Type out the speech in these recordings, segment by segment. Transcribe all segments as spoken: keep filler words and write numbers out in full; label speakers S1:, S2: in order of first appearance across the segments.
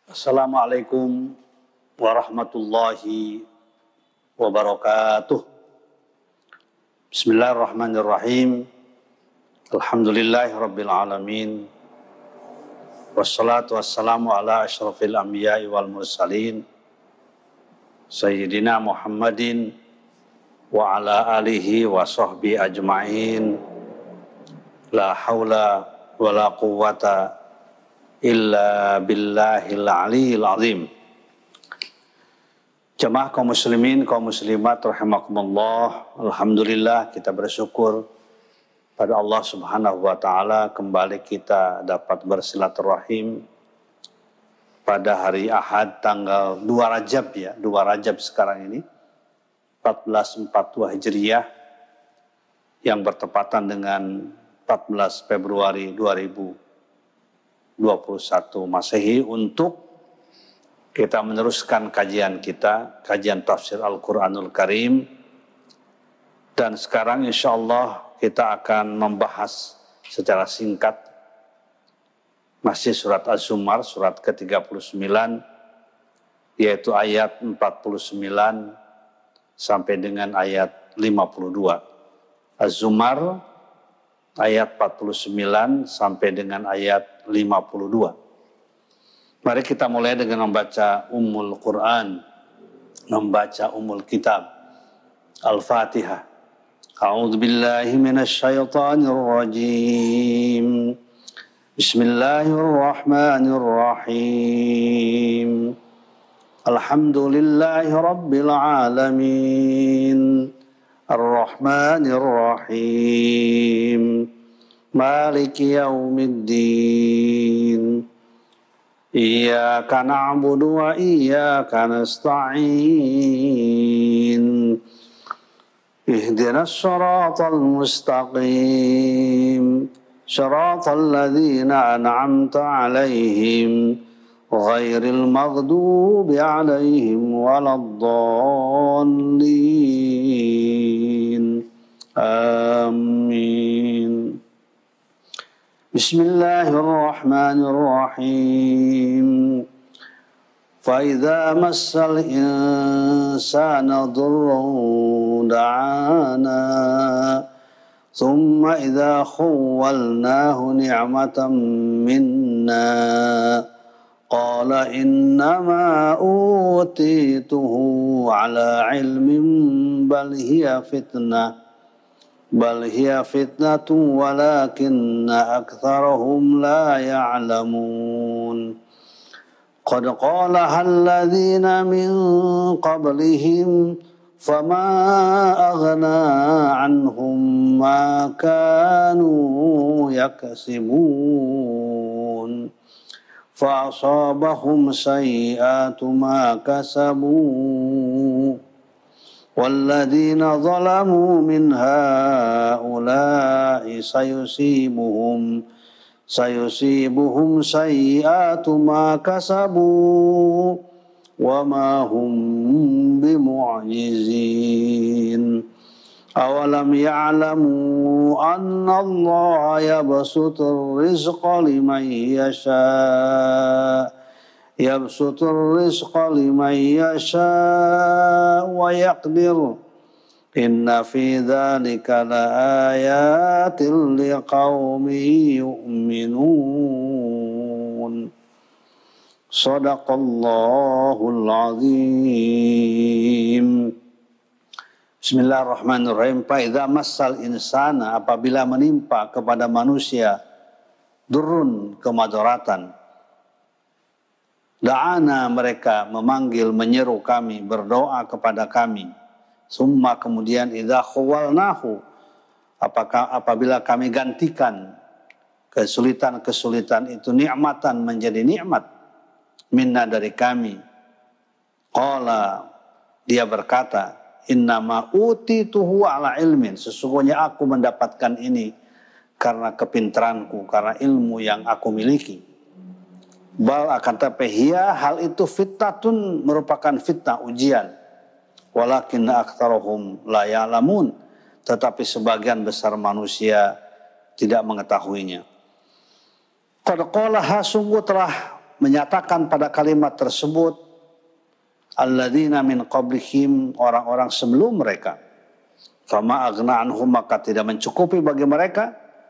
S1: Assalamualaikum warahmatullahi wabarakatuh. Bismillahirrahmanirrahim. Alhamdulillahirabbil alamin. Wassalatu wassalamu ala asyrafil anbiya'i wal mursalin Sayyidina Muhammadin wa ala alihi wa sahbihi ajma'in. La haula wa la quwwata illa billahil aliyil azim. Jemaah kaum muslimin, kaum muslimat rahimakumullah. Alhamdulillah, kita bersyukur pada Allah Subhanahu wa taala kembali kita dapat bersilaturahim pada hari Ahad tanggal dua Rajab ya, dua Rajab sekarang ini seribu empat ratus empat puluh dua Hijriah yang bertepatan dengan empat belas Februari dua ribu dua puluh satu Masehi, untuk kita meneruskan kajian kita, kajian tafsir Al-Quranul Karim. Dan sekarang insya Allah kita akan membahas secara singkat masih surat Az-Zumar, surat ke tiga puluh sembilan, yaitu ayat empat puluh sembilan sampai dengan ayat lima puluh dua. Az-Zumar ayat empat puluh sembilan sampai dengan ayat lima puluh dua. Mari kita mulai dengan membaca Ummul Quran, membaca Ummul Kitab, Al-Fatihah. A'udzu billahi minasy syaithanir rajim. Bismillahirrahmanirrahim. Alhamdulillahi rabbil alamin. Ar-Rahmanir Rahim. Maliki yaumiddin. Iyyaka na'budu wa iyyaka nasta'in. Ihdinas shiratal mustaqim. Shiratal ladzina an'amta 'alaihim ghairil maghdubi 'alaihim waladdallin. Amin. Bismillahirrahmanirrahim. Fa idza massal insana dhurrun da'ana thumma idza khawwalnahu ni'matan minna qala innama utituhu ala ilmin bal hiya fitnah bal hiya fitnatun walakinna aktsarahum la ya'lamun. Qad qalaha alladhina min qablihim fama aghna anhum ma kanu yaksibun. Fa asabahum sayyi'atu ma kasabu. وَالَّذِينَ ظَلَمُوا مِنْ هَؤُلَاءِ سَيُصِيبُهُمْ سَيُصِيبُهُمْ سَيِّئَاتُ مَا كَسَبُوا وَمَا هُمْ بِمُعْجِزِينَ. أَوَلَمْ يَعْلَمُوا أَنَّ اللَّهَ يَبْسُطُ الرِّزْقَ لِمَنْ يَشَاءُ يَبْسُطُ الرِّزْقَ لِمَنْ يَشَاءُ وَيَقْدِرُ إِنَّ فِي ذَلِكَ لَآيَاتٍ لِقَوْمٍ يُؤْمِنُونَ. Shadaqallahul azim. Bismillahirrahmanirrahim. Fa idza massal insana, apabila menimpa kepada manusia durun, kemadaratan, da'ana, mereka memanggil, menyeru kami, berdoa kepada kami. Summa, kemudian idza khawalnahu, apakah apabila kami gantikan kesulitan-kesulitan itu nikmatan, menjadi nikmat, minna, dari kami. Qala, dia berkata, innama utituhu ala ilmin, sesungguhnya aku mendapatkan ini karena kepintaranku, karena ilmu yang aku miliki. Bal, akan tapi hiya, hal itu fitnatun, merupakan fitnah, ujian. Walakin aktsarahum la ya'lamun, tetapi sebagian besar manusia tidak mengetahuinya. Qad qalaha, sungguh telah menyatakan pada kalimat tersebut, alladzina min qablihim, orang-orang sebelum mereka, fama aghna anhum, maka tidak mencukupi bagi mereka,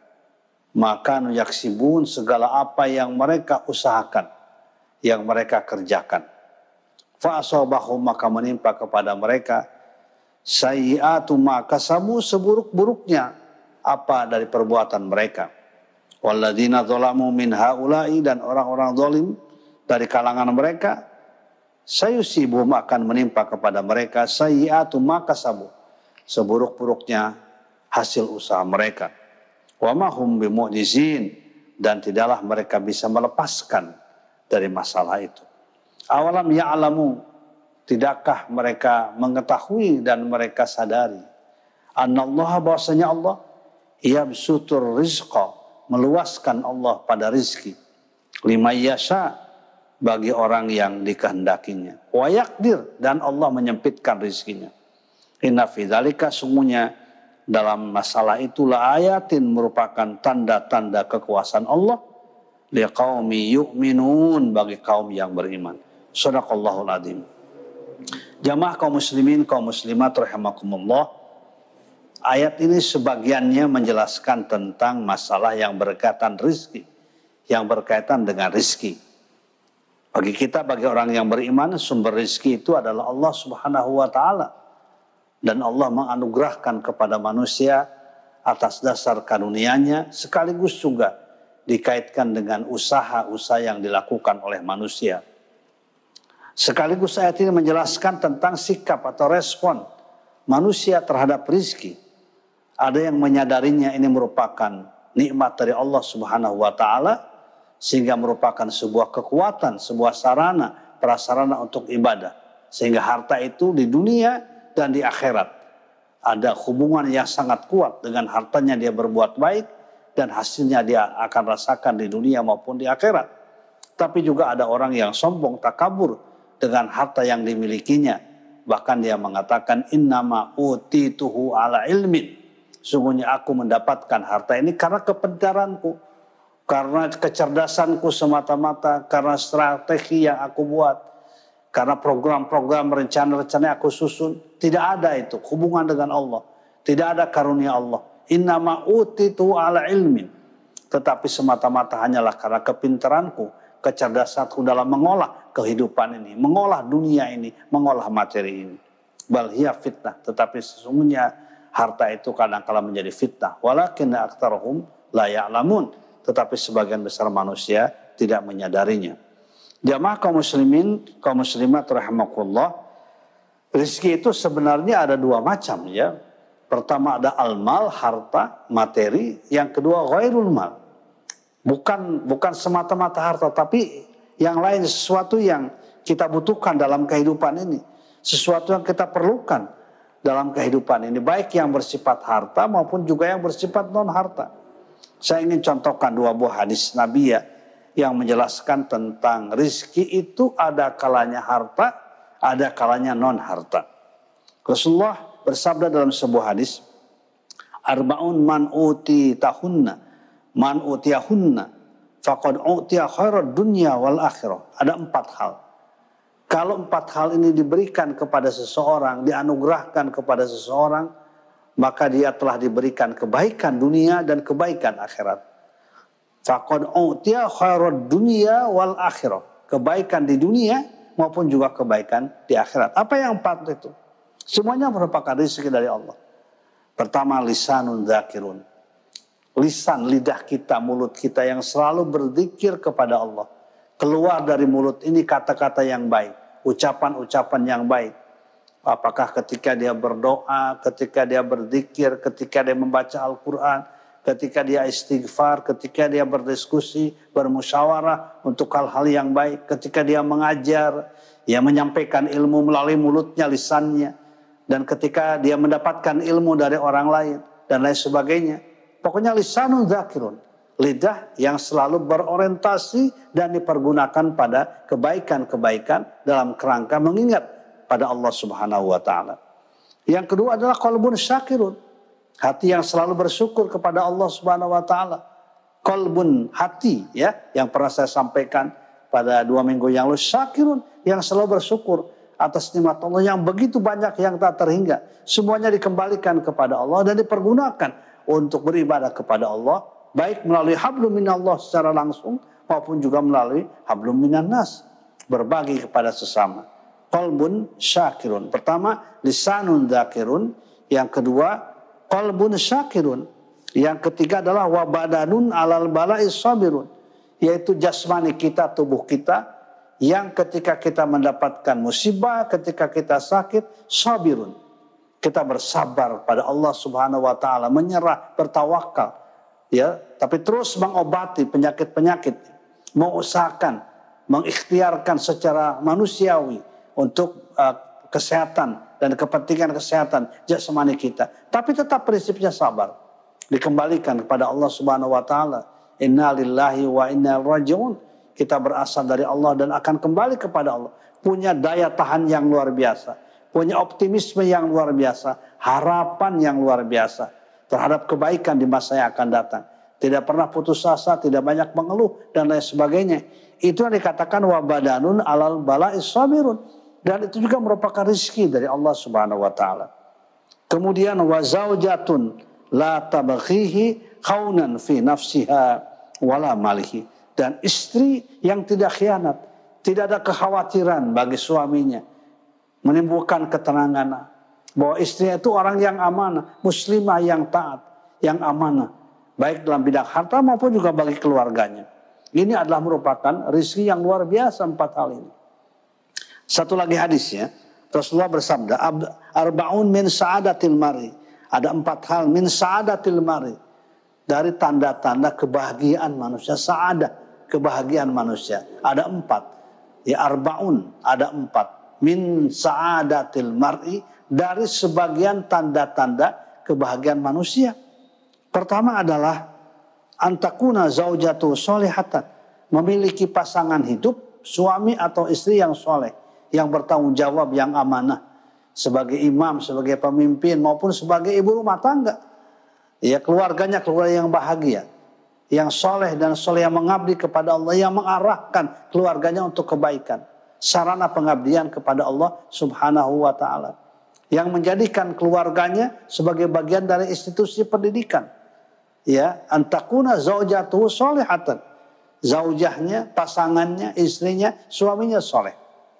S1: maka yaksibun, segala apa yang mereka usahakan, yang mereka kerjakan. Fa asabahum, maka menimpa kepada mereka sayyi'atu ma kasabu, seburuk-buruknya apa dari perbuatan mereka. Walladzina dzalamu min haula'i, dan orang-orang zalim dari kalangan mereka, sayusibuhum, akan menimpa kepada mereka sayyi'atu ma kasabu, seburuk-buruknya hasil usaha mereka. Wa ma hum bimu'jizin, dan tidaklah mereka bisa melepaskan dari masalah itu. Awalam ya'lamu, tidakkah mereka mengetahui dan mereka sadari, annallaha, bahwasanya Allah, yabsutur rizqa, meluaskan Allah pada rizki, liman yasha, bagi orang yang dikehendakinya, wa yaqdir, dan Allah menyempitkan rizkinya. Inna fi dzalika, sungguhnya dalam masalah itulah ayatin, merupakan tanda-tanda kekuasaan Allah, liqaumi yu'minun, bagi kaum yang beriman. Shadaqallahul adzim. Jamaah kaum muslimin, kaum muslimat rahimakumullah, ayat ini sebagiannya menjelaskan tentang masalah yang berkaitan rizki, yang berkaitan dengan rizki. Bagi kita, bagi orang yang beriman, sumber rizki itu adalah Allah Subhanahu wa ta'ala. Dan Allah menganugerahkan kepada manusia atas dasar karunia-Nya, sekaligus juga dikaitkan dengan usaha-usaha yang dilakukan oleh manusia. Sekaligus ayat ini menjelaskan tentang sikap atau respon manusia terhadap rizki. Ada yang menyadarinya ini merupakan nikmat dari Allah Subhanahu wa ta'ala, sehingga merupakan sebuah kekuatan, sebuah sarana, prasarana untuk ibadah. Sehingga harta itu di dunia dan di akhirat ada hubungan yang sangat kuat. Dengan hartanya dia berbuat baik, dan hasilnya dia akan rasakan di dunia maupun di akhirat. Tapi juga ada orang yang sombong, takabur dengan harta yang dimilikinya. Bahkan dia mengatakan, innama utituhu ala ilmin, sungguhnya aku mendapatkan harta ini karena kepintaranku, karena kecerdasanku semata-mata, karena strategi yang aku buat, karena program-program, rencana-rencana yang aku susun. Tidak ada itu hubungan dengan Allah, tidak ada karunia Allah. Innama utitu ala ilmin, tetapi semata-mata hanyalah karena kepintaranku, kecerdasanku dalam mengolah kehidupan ini, mengolah dunia ini, mengolah materi ini. Bal hiya fitnah, tetapi sesungguhnya harta itu kadang-kala menjadi fitnah. Walakin aktsarahum la ya'lamun, tetapi sebagian besar manusia tidak menyadarinya. Jamaah kaum muslimin, kaum muslimat rahimakumullah, rezeki itu sebenarnya ada dua macam ya. Pertama ada al-mal, harta, materi. Yang kedua ghairul mal. Bukan bukan semata-mata harta, tapi yang lain, sesuatu yang kita butuhkan dalam kehidupan ini. Sesuatu yang kita perlukan dalam kehidupan ini. Baik yang bersifat harta maupun juga yang bersifat non-harta. Saya ingin contohkan dua buah hadis Nabi ya, yang menjelaskan tentang rizki itu ada kalanya harta, ada kalanya non-harta. Rasulullah bersabda dalam sebuah hadis, arba'un man uti tahunna, man utiyahunna, faqad utiya khairad dunya wal akhirah. Ada empat hal. Kalau empat hal ini diberikan kepada seseorang, dianugerahkan kepada seseorang, maka dia telah diberikan kebaikan dunia dan kebaikan akhirat. Faqad utiya khairad dunya wal akhirah. Kebaikan di dunia maupun juga kebaikan di akhirat. Apa yang empat itu? Semuanya merupakan rezeki dari Allah. Pertama, lisanun dzakirun. Lisan, lidah kita, mulut kita yang selalu berzikir kepada Allah. Keluar dari mulut ini kata-kata yang baik, ucapan-ucapan yang baik. Apakah ketika dia berdoa, ketika dia berzikir, ketika dia membaca Al-Quran, ketika dia istighfar, ketika dia berdiskusi, bermusyawarah untuk hal-hal yang baik, ketika dia mengajar, dia menyampaikan ilmu melalui mulutnya, lisannya. Dan ketika dia mendapatkan ilmu dari orang lain dan lain sebagainya. Pokoknya lisanun dzakirun, lidah yang selalu berorientasi dan dipergunakan pada kebaikan-kebaikan dalam kerangka mengingat pada Allah Subhanahu wa ta'ala. Yang kedua adalah qalbun syakirun, hati yang selalu bersyukur kepada Allah Subhanahu wa ta'ala. Qalbun, hati ya, yang pernah saya sampaikan pada dua minggu yang lalu, syakirun, yang selalu bersyukur atas nikmat Allah yang begitu banyak yang tak terhingga. Semuanya dikembalikan kepada Allah dan dipergunakan untuk beribadah kepada Allah, baik melalui hablum minallah secara langsung maupun juga melalui hablum minan nas, berbagi kepada sesama. Qalbun syakirun. Pertama, lisanun dzakirun. Yang kedua, qalbun syakirun. Yang ketiga adalah wabadanun alal bala'is sabirun, yaitu jasmani kita, tubuh kita yang ketika kita mendapatkan musibah, ketika kita sakit, sabirun. Kita bersabar pada Allah Subhanahu wa taala, menyerah, bertawakal, ya, tapi terus mengobati penyakit-penyakit, mengusahakan, mengikhtiarkan secara manusiawi untuk uh, kesehatan dan kepentingan kesehatan jasmani kita. Tapi tetap prinsipnya sabar. Dikembalikan kepada Allah Subhanahu wa taala. Inna lillahi wa inna ilaihi raji'un. Kita berasal dari Allah dan akan kembali kepada Allah. Punya daya tahan yang luar biasa. Punya optimisme yang luar biasa. Harapan yang luar biasa terhadap kebaikan di masa yang akan datang. Tidak pernah putus asa, tidak banyak mengeluh dan lain sebagainya. Itu yang dikatakan wabadanun alal bala'is sabirun. Dan itu juga merupakan rizki dari Allah Subhanahu wa taala. Kemudian wa zaujatun la tabghihi khaunan fi nafsiha wala malihi. Dan istri yang tidak khianat, tidak ada kekhawatiran bagi suaminya, menimbulkan ketenangan bahwa istrinya itu orang yang amanah, muslimah yang taat, yang amanah, baik dalam bidang harta maupun juga bagi keluarganya. Ini adalah merupakan rizki yang luar biasa, empat hal ini. Satu lagi hadisnya, Rasulullah bersabda, arba'un min sa'adatil mari. Ada empat hal min sa'adatil mari, dari tanda-tanda kebahagiaan manusia, sa'adah, kebahagiaan manusia. Ada empat. Ya arba'un, ada empat. Min sa'adatil mar'i, dari sebagian tanda-tanda kebahagiaan manusia. Pertama adalah antakuna zaujatu solihatan, memiliki pasangan hidup, suami atau istri yang soleh, yang bertanggung jawab, yang amanah, sebagai imam, sebagai pemimpin maupun sebagai ibu rumah tangga. Ya, keluarganya keluarga yang bahagia, yang soleh dan soleh, yang mengabdi kepada Allah, yang mengarahkan keluarganya untuk kebaikan, sarana pengabdian kepada Allah Subhanahu wa taala, yang menjadikan keluarganya sebagai bagian dari institusi pendidikan. Ya, antakuna zaujatuhu solihatan, zaujahnya, pasangannya, istrinya, suaminya soleh.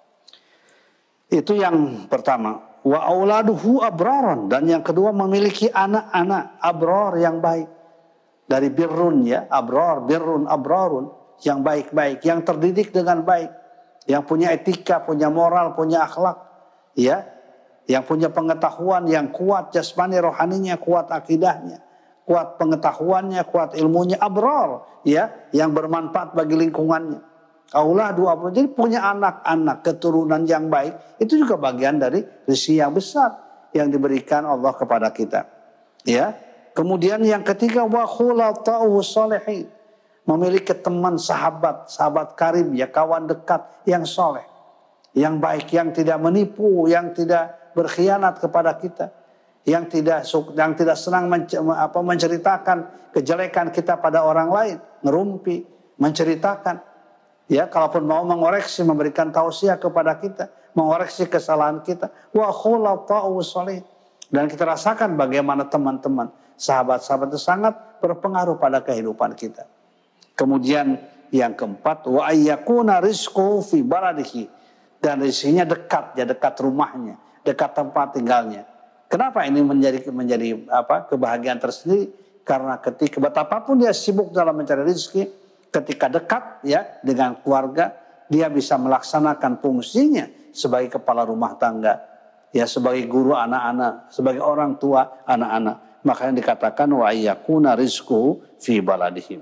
S1: Itu yang pertama. Wa auladuhu abraron, dan yang kedua memiliki anak-anak abror yang baik. Dari birrun, ya, abror, birrun, abrarun, yang baik-baik, yang terdidik dengan baik, yang punya etika, punya moral, punya akhlak, ya, yang punya pengetahuan yang kuat jasmani rohaninya, kuat akidahnya, kuat pengetahuannya, kuat ilmunya, abror, ya, yang bermanfaat bagi lingkungannya. Auladu abror, jadi punya anak-anak keturunan yang baik, itu juga bagian dari rezeki yang besar yang diberikan Allah kepada kita. Ya. Kemudian yang ketiga, wa khulata'u sholihin, memiliki teman, sahabat, sahabat karib, ya, kawan dekat yang soleh, yang baik, yang tidak menipu, yang tidak berkhianat kepada kita, yang tidak yang tidak senang menceritakan kejelekan kita pada orang lain, ngerumpi, menceritakan. Ya, kalaupun mau mengoreksi, memberikan tausiah kepada kita, mengoreksi kesalahan kita. Wa khulata'u sholihin. Dan kita rasakan bagaimana teman-teman, sahabat-sahabat itu sangat berpengaruh pada kehidupan kita. Kemudian yang keempat, wa ayyakuna rizquhu fi baladihi, dan rezekinya dekat, ya, dekat rumahnya, dekat tempat tinggalnya. Kenapa ini menjadi menjadi apa kebahagiaan tersendiri? Karena ketika betapapun dia sibuk dalam mencari rezeki, ketika dekat, ya, dengan keluarga, dia bisa melaksanakan fungsinya sebagai kepala rumah tangga, ya, sebagai guru anak-anak, sebagai orang tua anak-anak. Makanya dikatakan wa ayyakuna rizquhu fi baladihim.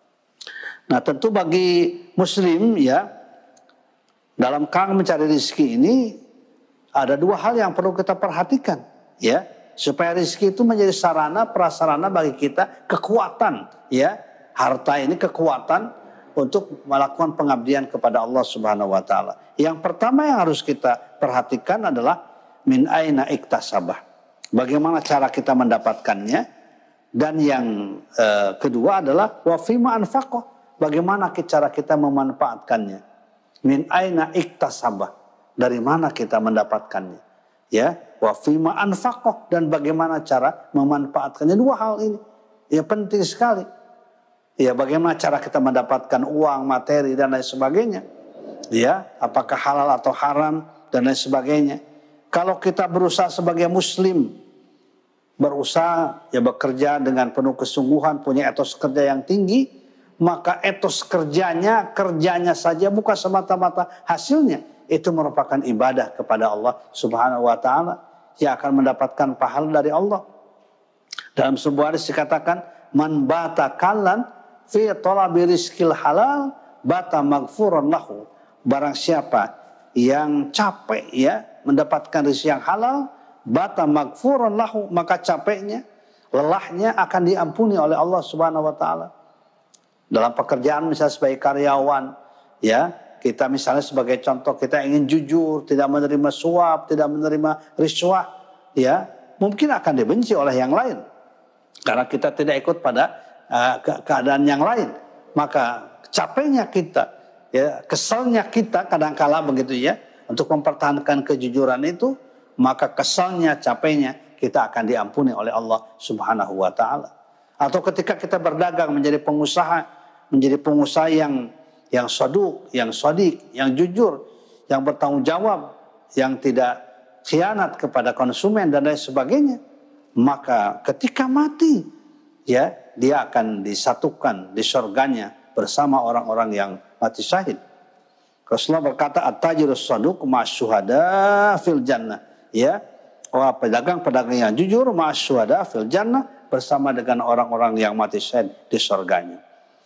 S1: Nah, tentu bagi muslim, ya, dalam kerangka mencari rezeki ini ada dua hal yang perlu kita perhatikan, ya, supaya rezeki itu menjadi sarana prasarana bagi kita, kekuatan, ya, harta ini kekuatan untuk melakukan pengabdian kepada Allah Subhanahu wa taala. Yang pertama yang harus kita perhatikan adalah min aina iktasabah, bagaimana cara kita mendapatkannya, dan yang eh, kedua adalah wa fima anfaqah, bagaimana cara kita memanfaatkannya. Min aina iktasabah, dari mana kita mendapatkannya? Ya, wa fima anfaqah, dan bagaimana cara memanfaatkannya. Dua hal ini ya penting sekali. Ya, bagaimana cara kita mendapatkan uang, materi dan lain sebagainya. Ya, apakah halal atau haram dan lain sebagainya. Kalau kita berusaha sebagai muslim, berusaha ya bekerja dengan penuh kesungguhan, punya etos kerja yang tinggi, maka etos kerjanya, kerjanya saja bukan semata-mata hasilnya. Itu merupakan ibadah kepada Allah Subhanahu wa ta'ala yang akan mendapatkan pahala dari Allah. Dalam sebuah hadis dikatakan, man bata kallan fi talabi rizqil halal bata maghfuran lahu. Barang siapa yang capek ya mendapatkan rezeki yang halal, bata maghfuran lahu, maka capeknya, lelahnya akan diampuni oleh Allah Subhanahu wa ta'ala. Dalam pekerjaan misalnya sebagai karyawan, ya kita misalnya sebagai contoh kita ingin jujur, tidak menerima suap, tidak menerima riswah, ya mungkin akan dibenci oleh yang lain karena kita tidak ikut pada uh, ke keadaan yang lain. Maka capeknya kita, ya kesalnya kita kadangkala begitu ya untuk mempertahankan kejujuran itu, maka kesalnya, capeknya kita akan diampuni oleh Allah Subhanahu wa ta'ala. Atau ketika kita berdagang menjadi pengusaha, menjadi pengusaha yang yang saduk, yang shadik, yang jujur, yang bertanggung jawab, yang tidak khianat kepada konsumen dan lain sebagainya, maka ketika mati ya dia akan disatukan di surganya bersama orang-orang yang mati syahid. Rasulullah berkata, at-tajirus saduk ma'asyuhada fil jannah. Ya, orang pedagang-pedagang yang jujur ma'asyuhada fil jannah, bersama dengan orang-orang yang mati syahid di surganya.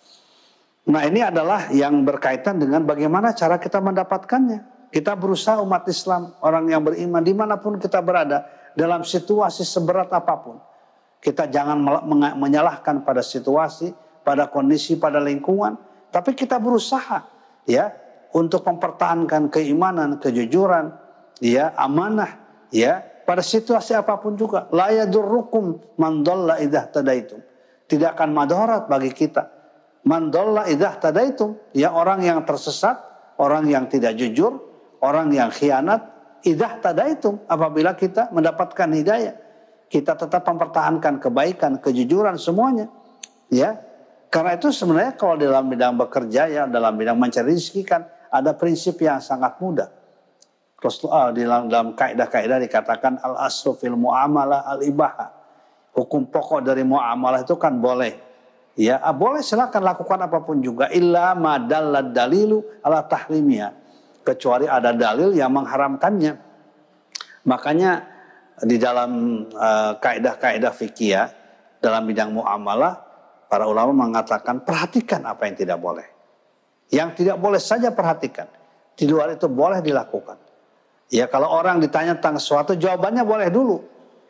S1: Nah, ini adalah yang berkaitan dengan bagaimana cara kita mendapatkannya. Kita berusaha umat Islam, orang yang beriman dimanapun kita berada, dalam situasi seberat apapun. Kita jangan menyalahkan pada situasi, pada kondisi, pada lingkungan, tapi kita berusaha ya untuk mempertahankan keimanan, kejujuran, ya amanah, ya pada situasi apapun juga. La yadurrukum man dhalla idza tadaitum. Tidak akan madarat bagi kita man dhalla idza tadaitum, ya orang yang tersesat, orang yang tidak jujur, orang yang khianat, idza tadaitum, apabila kita mendapatkan hidayah, kita tetap mempertahankan kebaikan, kejujuran semuanya. Ya. Karena itu sebenarnya kalau dalam bidang bekerja ya, dalam bidang mencari rezeki kan ada prinsip yang sangat mudah. Rasulullah di dalam, dalam kaidah-kaidah dikatakan al aslu fil muamalah al ibaha. Hukum pokok dari muamalah itu kan boleh. Ya, boleh silakan lakukan apapun juga illa ma dallad dalilu ala tahrimia, kecuali ada dalil yang mengharamkannya. Makanya di dalam uh, kaidah-kaidah fikih dalam bidang muamalah, para ulama mengatakan perhatikan apa yang tidak boleh. Yang tidak boleh saja perhatikan. Di luar itu boleh dilakukan. Ya, kalau orang ditanya tentang sesuatu, jawabannya boleh dulu.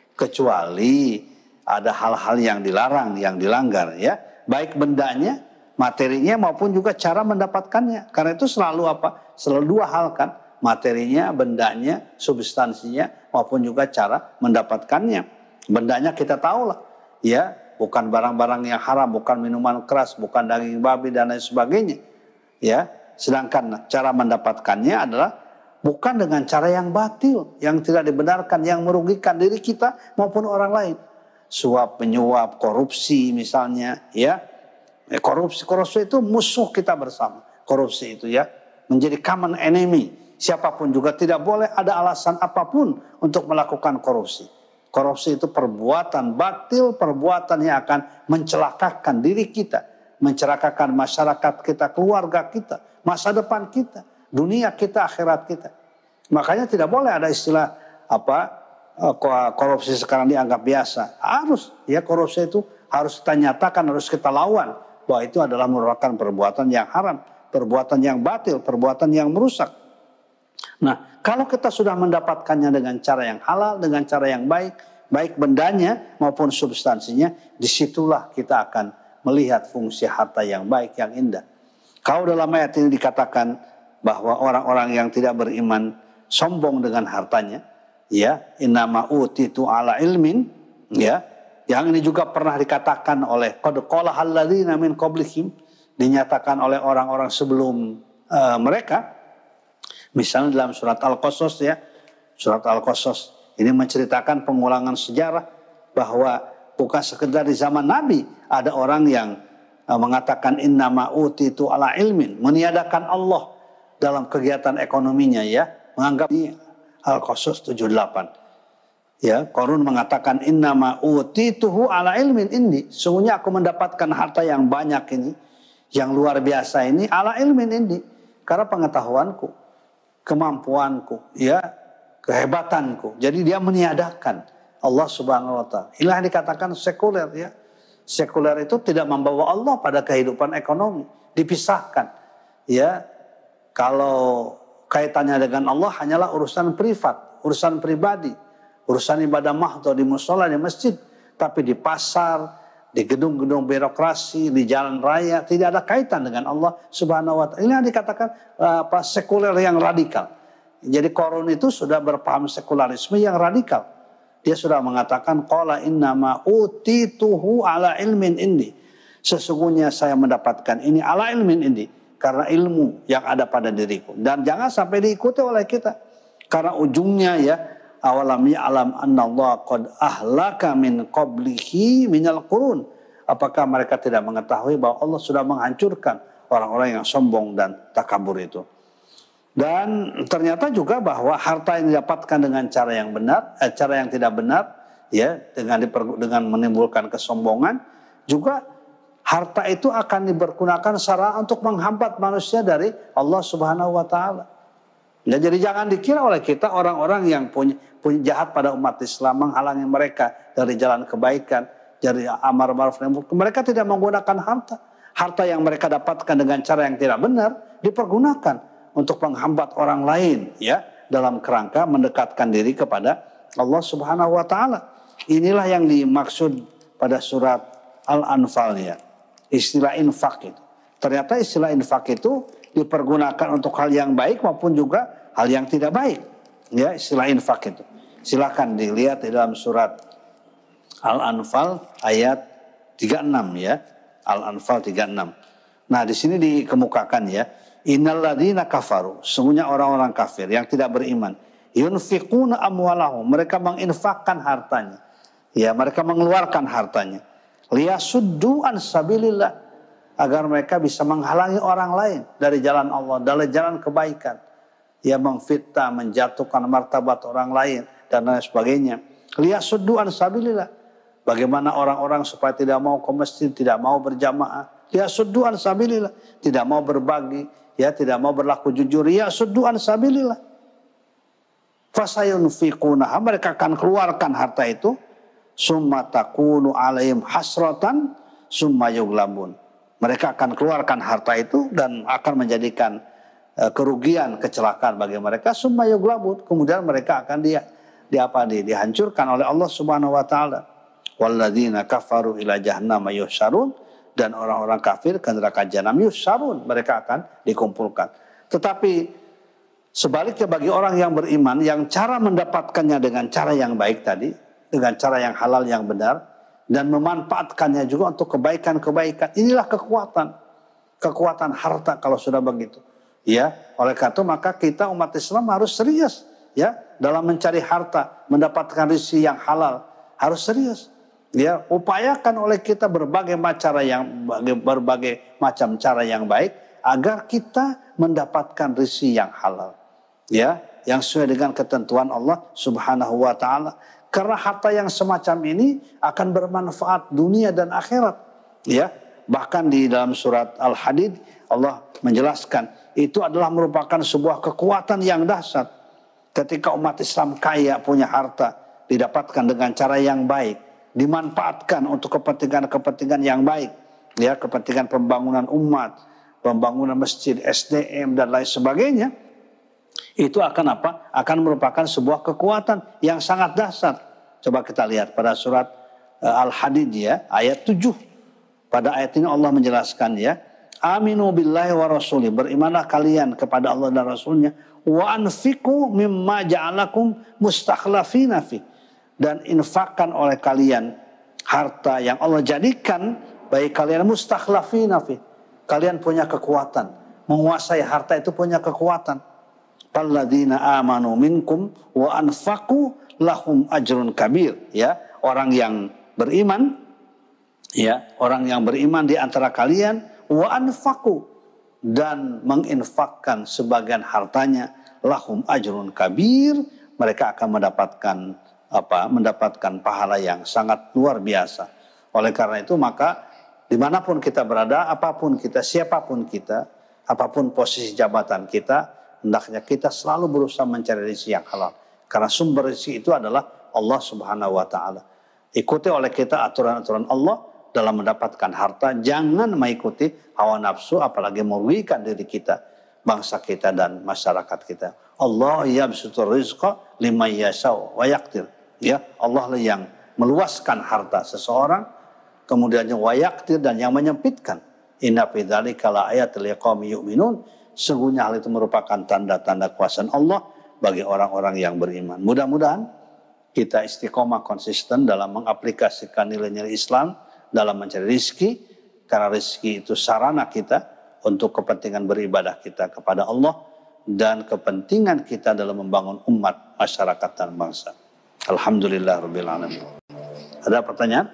S1: Kecuali ada hal-hal yang dilarang, yang dilanggar ya. Baik bendanya, materinya maupun juga cara mendapatkannya. Karena itu selalu apa? Selalu dua hal kan. Materinya, bendanya, substansinya maupun juga cara mendapatkannya. Bendanya kita tahu lah. Ya, bukan barang-barang yang haram, bukan minuman keras, bukan daging babi dan lain sebagainya. Ya, sedangkan cara mendapatkannya adalah bukan dengan cara yang batil, yang tidak dibenarkan, yang merugikan diri kita maupun orang lain. Suap, menyuap, korupsi misalnya, ya. Korupsi, korupsi itu musuh kita bersama. Korupsi itu ya menjadi common enemy. Siapapun juga tidak boleh ada alasan apapun untuk melakukan korupsi. Korupsi itu perbuatan batil, perbuatan yang akan mencelakakan diri kita, mencelakakan masyarakat kita, keluarga kita, masa depan kita, dunia kita, akhirat kita. Makanya tidak boleh ada istilah apa korupsi sekarang dianggap biasa. Harus ya, korupsi itu harus kita nyatakan, harus kita lawan bahwa itu adalah merupakan perbuatan yang haram, perbuatan yang batil, perbuatan yang merusak. Nah, kalau kita sudah mendapatkannya dengan cara yang halal, dengan cara yang baik, baik bendanya maupun substansinya, disitulah kita akan melihat fungsi harta yang baik, yang indah. Kalau dalam ayat ini dikatakan bahwa orang-orang yang tidak beriman sombong dengan hartanya, ya, innama utitu ala ilmin, ya, yang ini juga pernah dikatakan oleh qad qala alladzina min qablihim, dinyatakan oleh orang-orang sebelum uh, mereka, Misalnya dalam surat Al-Qasas ya, surat Al-Qasas ini menceritakan pengulangan sejarah bahwa bukan sekedar di zaman Nabi ada orang yang uh, mengatakan innama utitu ala ilmin, meniadakan Allah dalam kegiatan ekonominya ya, menganggap ini Al-Qasas tujuh puluh delapan. Ya, Qarun mengatakan innama utituhu ala ilmin indi, sungguhnya aku mendapatkan harta yang banyak ini, yang luar biasa ini ala ilmin indi, karena pengetahuanku, kemampuanku, ya, kehebatanku. Jadi dia meniadakan Allah Subhanahu wa taala. Inilah yang dikatakan sekuler ya. Sekuler itu tidak membawa Allah pada kehidupan ekonomi, dipisahkan. Ya. Kalau kaitannya dengan Allah hanyalah urusan privat, urusan pribadi, urusan ibadah mahdoh di musola, di masjid, tapi di pasar, di gedung-gedung birokrasi, di jalan raya tidak ada kaitan dengan Allah Subhanahu wa taala. Ini yang dikatakan apa, sekuler yang radikal. Jadi Qarun itu sudah berpaham sekularisme yang radikal. Dia sudah mengatakan qala innama utituhu ala ilmin indi. Sesungguhnya saya mendapatkan ini ala ilmin indi, karena ilmu yang ada pada diriku. Dan jangan sampai diikuti oleh kita. Karena ujungnya ya, awalam ya'lam annallaha qad ahlaka min qablihi minal qurun. Apakah mereka tidak mengetahui bahwa Allah sudah menghancurkan orang-orang yang sombong dan takabur itu. Dan ternyata juga bahwa harta yang didapatkan dengan cara yang benar, eh, cara yang tidak benar, ya, dengan diper, dengan menimbulkan kesombongan, juga harta itu akan dipergunakan secara untuk menghambat manusia dari Allah Subhanahu wa taala. Ya, jadi jangan dikira oleh kita orang-orang yang punya, punya jahat pada umat Islam menghalangi mereka dari jalan kebaikan, dari amar ma'ruf nahi munkar. Mereka tidak menggunakan harta. Harta yang mereka dapatkan dengan cara yang tidak benar dipergunakan untuk menghambat orang lain ya, dalam kerangka mendekatkan diri kepada Allah Subhanahu wa taala. Inilah yang dimaksud pada surat Al-Anfal ya. Istilah infak itu. Ternyata istilah infak itu dipergunakan untuk hal yang baik maupun juga hal yang tidak baik. Ya, istilah infak itu. Silakan dilihat di dalam surat Al-Anfal ayat tiga puluh enam ya. Al-Anfal tiga puluh enam. Nah, di sini dikemukakan ya, innalladzina kafaru, sungguhnya orang-orang kafir yang tidak beriman, yunfiquna amwalahum, mereka menginfakkan hartanya. Ya, mereka mengeluarkan hartanya. Liyasuddu an sabilillah, agar mereka bisa menghalangi orang lain dari jalan Allah, dari jalan kebaikan. Ya, memfitnah, menjatuhkan martabat orang lain dan lain sebagainya. Liyasuddu an sabilillah. Bagaimana orang-orang supaya tidak mau ke masjid, tidak mau berjamaah. Liyasuddu an sabilillah, tidak mau berbagi, ya, tidak mau berlaku jujur. Liyasuddu an sabilillah. Fasayunfiquna, mereka akan keluarkan harta itu. Summa takunu alaihim hasratan summa yughlabun. Mereka akan keluarkan harta itu dan akan menjadikan uh, kerugian, kecelakaan bagi mereka. Summa yughlabun, kemudian mereka akan dia di apa di dihancurkan oleh Allah Subhanahu wa taala. Walladzina kafaru ila jahannam yuhsyarun, dan orang-orang kafir ke neraka jahanam yuhsyarun, mereka akan dikumpulkan. Tetapi sebaliknya bagi orang yang beriman, yang cara mendapatkannya dengan cara yang baik tadi, dengan cara yang halal yang benar, dan memanfaatkannya juga untuk kebaikan-kebaikan, inilah kekuatan, kekuatan harta kalau sudah begitu. Ya, oleh karena itu maka kita umat Islam harus serius ya dalam mencari harta, mendapatkan rezeki yang halal, harus serius. Ya, upayakan oleh kita berbagai macam cara yang berbagai macam cara yang baik agar kita mendapatkan rezeki yang halal. Ya, yang sesuai dengan ketentuan Allah Subhanahu wa taala. Karena harta yang semacam ini akan bermanfaat dunia dan akhirat. Ya, bahkan di dalam surat Al-Hadid Allah menjelaskan itu adalah merupakan sebuah kekuatan yang dahsyat. Ketika umat Islam kaya, punya harta, didapatkan dengan cara yang baik, dimanfaatkan untuk kepentingan-kepentingan yang baik, ya, kepentingan pembangunan umat, pembangunan masjid, S D M dan lain sebagainya, itu akan apa? Akan merupakan sebuah kekuatan yang sangat dahsyat. Coba kita lihat pada surat uh, Al-Hadid ya, ayat tujuh. Pada ayat ini Allah menjelaskan ya, aminu billahi wa rasuli, berimanlah kalian kepada Allah dan Rasulnya, wa anfiqu mimma ja'alakum mustakhlafina fi, dan infakkan oleh kalian harta yang Allah jadikan bagi kalian mustakhlafina fi. Kalian punya kekuatan, menguasai harta itu punya kekuatan. Falladzina amanu minkum wa anfaqu lahum ajrun kabir. Ya, orang yang beriman, ya, orang yang beriman di antara kalian wa anfaqu, dan menginfakkan sebagian hartanya, lahum ajrun kabir, mereka akan mendapatkan apa? Mendapatkan pahala yang sangat luar biasa. Oleh karena itu maka dimanapun kita berada, apapun kita, siapapun kita, apapun posisi jabatan kita, hendaknya kita selalu berusaha mencari rezeki yang halal. Karena sumber rezeki itu adalah Allah Subhanahu wa taala. Ikuti oleh kita aturan-aturan Allah dalam mendapatkan harta. Jangan mengikuti hawa nafsu, apalagi merugikan diri kita, bangsa kita dan masyarakat kita. Allah yabsutur rizqa liman yasha'u wa yaqdir. Ya, Allah lah yang meluaskan harta seseorang, kemudiannya wa yaqdir, dan yang menyempitkan. Inna fi dzalika laayatil liqaumin yu'minun. Sungguhnya hal itu merupakan tanda-tanda kuasa Allah bagi orang-orang yang beriman. Mudah-mudahan kita istiqomah konsisten dalam mengaplikasikan nilai-nilai Islam dalam mencari rezeki, karena rezeki itu sarana kita untuk kepentingan beribadah kita kepada Allah dan kepentingan kita dalam membangun umat, masyarakat dan bangsa. Alhamdulillah rabbil alamin. Ada pertanyaan?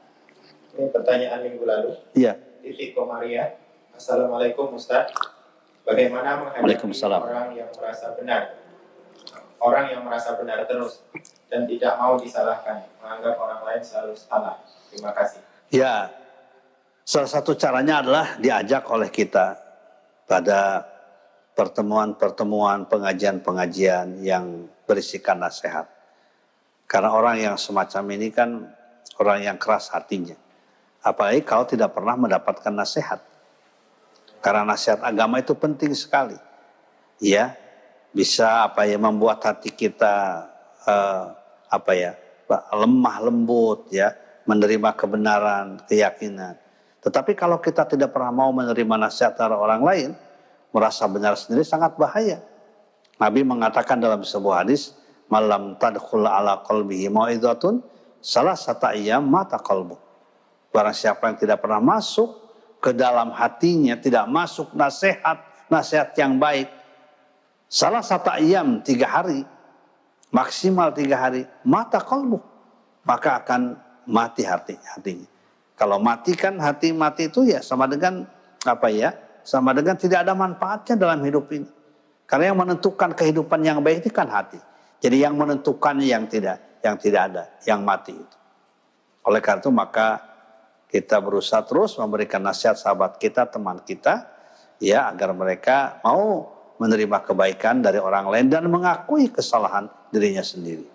S2: Ini pertanyaan minggu lalu.
S1: Iya.
S2: Titi Komaria. Assalamualaikum Ustaz. Bagaimana menghadapi orang yang merasa benar? Orang yang merasa benar terus dan tidak mau disalahkan, menganggap orang lain selalu salah. Terima kasih.
S1: Ya, salah satu caranya adalah diajak oleh kita pada pertemuan-pertemuan, pengajian-pengajian yang berisikan nasihat. Karena orang yang semacam ini kan orang yang keras hatinya. Apalagi kalau tidak pernah mendapatkan nasihat. Karena nasihat agama itu penting sekali. Ya, bisa apa ya membuat hati kita uh, apa ya lemah lembut, ya, menerima kebenaran, keyakinan. Tetapi kalau kita tidak pernah mau menerima nasihat dari orang lain, merasa benar sendiri, sangat bahaya. Nabi mengatakan dalam sebuah hadis, malam tadkhul ala qalbihi mau'izatun salah satu ayyam mata qalbu. Barang siapa yang tidak pernah masuk ke dalam hatinya, tidak masuk nasihat, nasihat yang baik, salah satu ayam, tiga hari, maksimal tiga hari, mata qalbu, maka akan mati hati hatinya. Kalau mati kan hati mati itu ya sama dengan apa ya? Sama dengan tidak ada manfaatnya dalam hidup ini. Karena yang menentukan kehidupan yang baik itu kan hati. Jadi yang menentukan yang tidak, yang tidak ada, yang mati itu. Oleh karena itu maka kita berusaha terus memberikan nasihat sahabat kita, teman kita, ya, agar mereka mau menerima kebaikan dari orang lain dan mengakui kesalahan dirinya sendiri.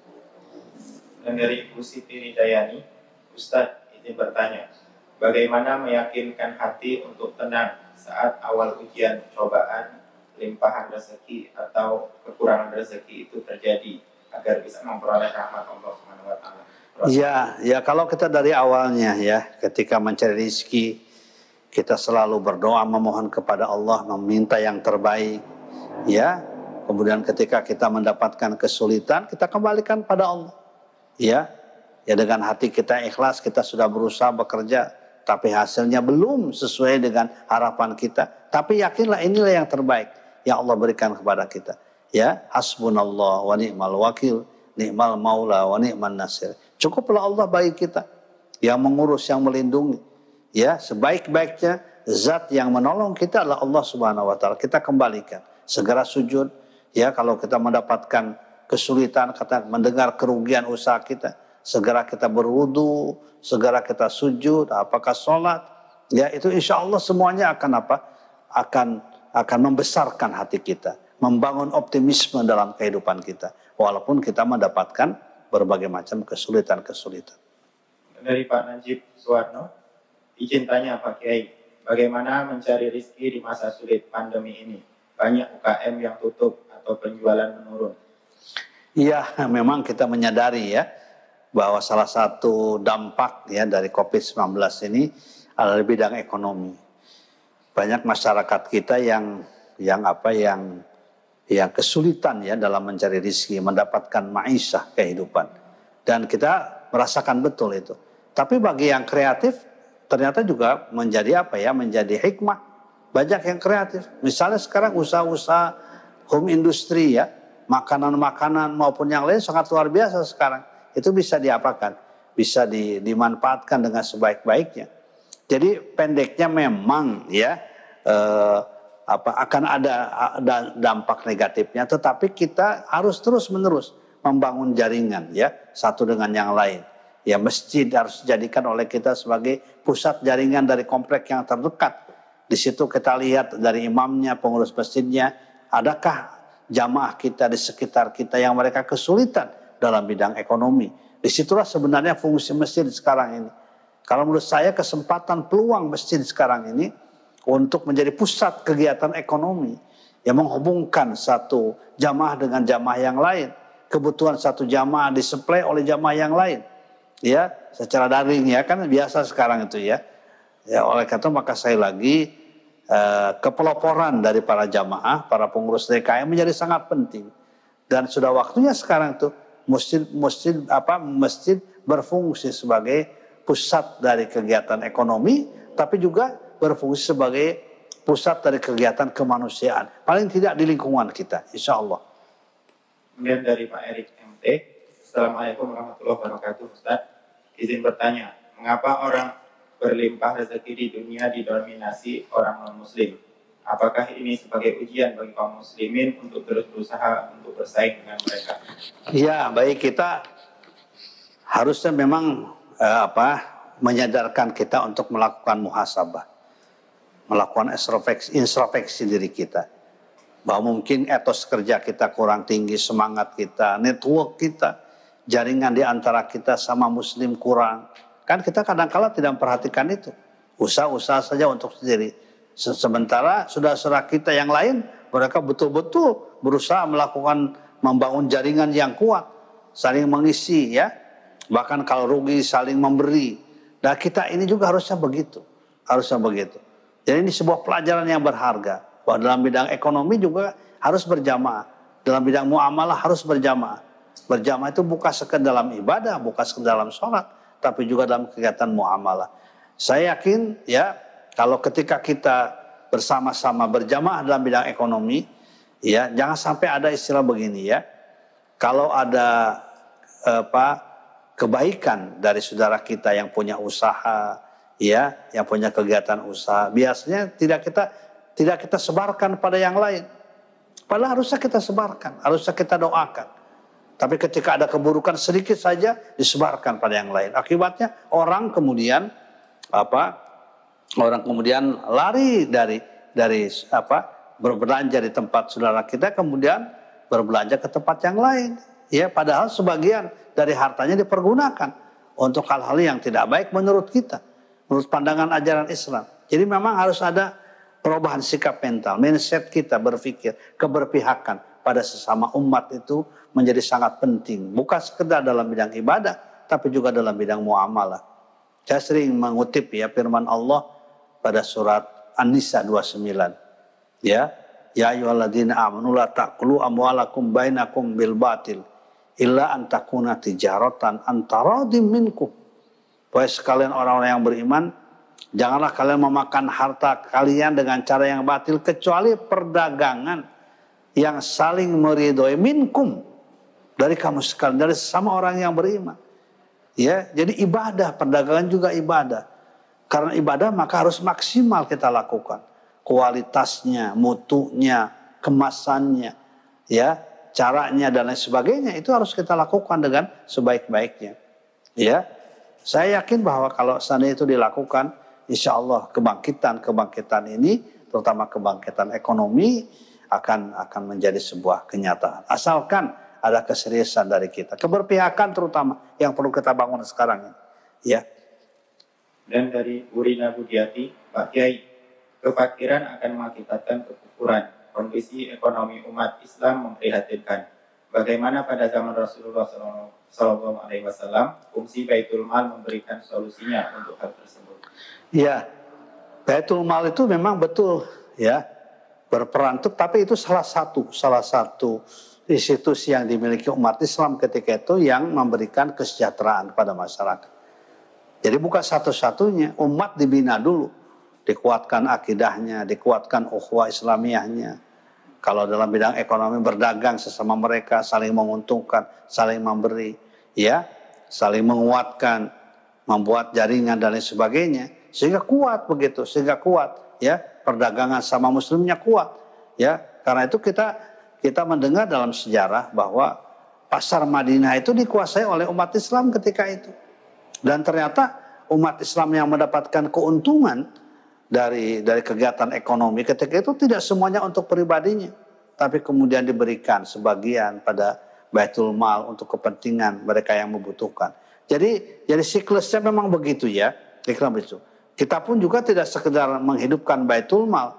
S2: Dan dari Ibu Siti Ridayani, Ustadz izin bertanya, bagaimana meyakinkan hati untuk tenang saat awal ujian, cobaan, limpahan rezeki atau kekurangan rezeki itu terjadi agar bisa memperoleh rahmat Allah Subhanahu wa taala?
S1: Ya, ya kalau kita dari awalnya ya, ketika mencari rezeki, kita selalu berdoa memohon kepada Allah, meminta yang terbaik, ya. Kemudian ketika kita mendapatkan kesulitan, kita kembalikan pada Allah, ya. Ya dengan hati kita ikhlas, kita sudah berusaha bekerja, tapi hasilnya belum sesuai dengan harapan kita. Tapi yakinlah inilah yang terbaik yang Allah berikan kepada kita. Ya, hasbunallah wa ni'mal wakil, ni'mal maula wa ni'man nasir. Cukuplah Allah bagi kita yang mengurus, yang melindungi. Ya, sebaik-baiknya zat yang menolong kita adalah Allah Subhanahu wa taala. Kita kembalikan, segera sujud. Ya, kalau kita mendapatkan kesulitan, kata mendengar kerugian usaha kita, segera kita berwudu, segera kita sujud, apakah sholat. Ya, itu insya Allah semuanya akan apa? Akan akan membesarkan hati kita, membangun optimisme dalam kehidupan kita, walaupun kita mendapatkan berbagai macam kesulitan-kesulitan.
S2: Dari Pak Najib Suwarno, izin tanya Pak Kiai, bagaimana mencari rezeki di masa sulit pandemi ini? Banyak U K M yang tutup atau penjualan menurun.
S1: Iya, memang kita menyadari ya bahwa salah satu dampak ya dari covid sembilan belas ini adalah di bidang ekonomi. Banyak masyarakat kita yang yang apa yang yang kesulitan ya dalam mencari rezeki, mendapatkan maisha kehidupan. Dan kita merasakan betul itu. Tapi bagi yang kreatif ternyata juga menjadi apa ya, menjadi hikmah. Banyak yang kreatif. Misalnya sekarang usaha-usaha home industry ya, makanan-makanan maupun yang lain sangat luar biasa sekarang. Itu bisa diapakan? Bisa di, dimanfaatkan dengan sebaik-baiknya. Jadi pendeknya memang ya eh, apa akan ada, ada dampak negatifnya, tetapi kita harus terus-menerus membangun jaringan ya satu dengan yang lain. Ya masjid harus dijadikan oleh kita sebagai pusat jaringan dari komplek yang terdekat. Di situ kita lihat dari imamnya, pengurus masjidnya, adakah jamaah kita di sekitar kita yang mereka kesulitan dalam bidang ekonomi. Disitulah sebenarnya fungsi masjid sekarang ini. Kalau menurut saya kesempatan peluang masjid sekarang ini untuk menjadi pusat kegiatan ekonomi yang menghubungkan satu jamaah dengan jamaah yang lain. Kebutuhan satu jamaah disuplai oleh jamaah yang lain. Ya, secara daring ya kan biasa sekarang itu ya. Ya oleh karena itu maka saya lagi eh, kepeloporan dari para jamaah, para pengurus D K M menjadi sangat penting. Dan sudah waktunya sekarang tuh masjid masjid apa masjid berfungsi sebagai pusat dari kegiatan ekonomi, tapi juga berfungsi sebagai pusat dari kegiatan kemanusiaan. Paling tidak di lingkungan kita, insya Allah.
S2: Kemudian dari Pak Erik M T, Assalamualaikum warahmatullahi wabarakatuh, Ustaz. Izin bertanya, mengapa orang berlimpah rezeki di dunia didominasi orang non-muslim? Apakah ini sebagai ujian bagi kaum muslimin untuk terus berusaha untuk bersaing dengan mereka?
S1: Ya, baik, kita harusnya memang eh, apa menyadarkan kita untuk melakukan muhasabah, melakukan introspeksi, introspeksi diri kita, bahwa mungkin etos kerja kita kurang tinggi, semangat kita, network kita, jaringan di antara kita sama muslim kurang. Kan kita kadang-kala tidak memperhatikan itu. Usaha-usaha saja untuk sendiri. Sementara saudara-saudara kita yang lain, mereka betul-betul berusaha melakukan membangun jaringan yang kuat, saling mengisi ya. Bahkan kalau rugi saling memberi. Nah kita ini juga harusnya begitu, harusnya begitu. Jadi ini sebuah pelajaran yang berharga. Bahwa dalam bidang ekonomi juga harus berjamaah, dalam bidang muamalah harus berjamaah. Berjamaah itu bukan sekedar dalam ibadah, bukan sekedar dalam sholat, tapi juga dalam kegiatan muamalah. Saya yakin ya. Kalau ketika kita bersama-sama berjamaah dalam bidang ekonomi, ya jangan sampai ada istilah begini ya. Kalau ada apa kebaikan dari saudara kita yang punya usaha, ya, yang punya kegiatan usaha, biasanya tidak kita tidak kita sebarkan pada yang lain. Padahal harusnya kita sebarkan, harusnya kita doakan. Tapi ketika ada keburukan sedikit saja disebarkan pada yang lain. Akibatnya orang kemudian apa? Orang kemudian lari dari dari apa berbelanja di tempat saudara kita, kemudian berbelanja ke tempat yang lain. Ya, padahal sebagian dari hartanya dipergunakan untuk hal-hal yang tidak baik menurut kita, menurut pandangan ajaran Islam. Jadi memang harus ada perubahan sikap mental, mindset kita berpikir keberpihakan pada sesama umat itu menjadi sangat penting. Bukan sekedar dalam bidang ibadah, tapi juga dalam bidang muamalah. Saya sering mengutip ya firman Allah pada surat An-Nisa dua puluh sembilan. Ya, ya ayyuhalladzina amanu la taqulu amwalakum bainakum bil batil illa an takuna tijaratan antaradim minkum. Wahai sekalian orang-orang yang beriman, janganlah kalian memakan harta kalian dengan cara yang batil kecuali perdagangan yang saling meridhoi minkum, dari kamu sekalian, dari sesama orang yang beriman. Ya, jadi ibadah, perdagangan juga ibadah. Karena ibadah maka harus maksimal kita lakukan. Kualitasnya, mutunya, kemasannya, ya, caranya dan lain sebagainya itu harus kita lakukan dengan sebaik-baiknya. Ya, saya yakin bahwa kalau seandainya itu dilakukan, insya Allah kebangkitan-kebangkitan ini, terutama kebangkitan ekonomi, akan akan menjadi sebuah kenyataan. Asalkan ada keseriusan dari kita, keberpihakan terutama yang perlu kita bangun sekarang ini. Ya.
S2: Dan dari Urina Budiati, Pak Kiai, kefakiran akan mengakibatkan kekufuran. Kondisi ekonomi umat Islam memprihatinkan. Bagaimana pada zaman Rasulullah shallallahu alaihi wasallam fungsi Baitul Mal memberikan solusinya untuk hal tersebut? Ya,
S1: Baitul Mal itu memang betul ya berperan, tapi itu salah satu salah satu institusi yang dimiliki umat Islam ketika itu yang memberikan kesejahteraan pada masyarakat. Jadi bukan satu-satunya, umat dibina dulu, dikuatkan akidahnya, dikuatkan ukhuwah Islamiyahnya, Kalau dalam bidang ekonomi berdagang sesama mereka, saling menguntungkan, saling memberi, ya, saling menguatkan, membuat jaringan dan lain sebagainya, sehingga kuat begitu, sehingga kuat, ya, perdagangan sama muslimnya kuat, ya. Karena itu kita kita mendengar dalam sejarah bahwa pasar Madinah itu dikuasai oleh umat Islam ketika itu. Dan ternyata umat Islam yang mendapatkan keuntungan dari dari kegiatan ekonomi ketika itu tidak semuanya untuk pribadinya, tapi kemudian diberikan sebagian pada Baitul Mal untuk kepentingan mereka yang membutuhkan. Jadi jadi siklusnya memang begitu ya. Kita pun juga tidak sekedar menghidupkan Baitul Mal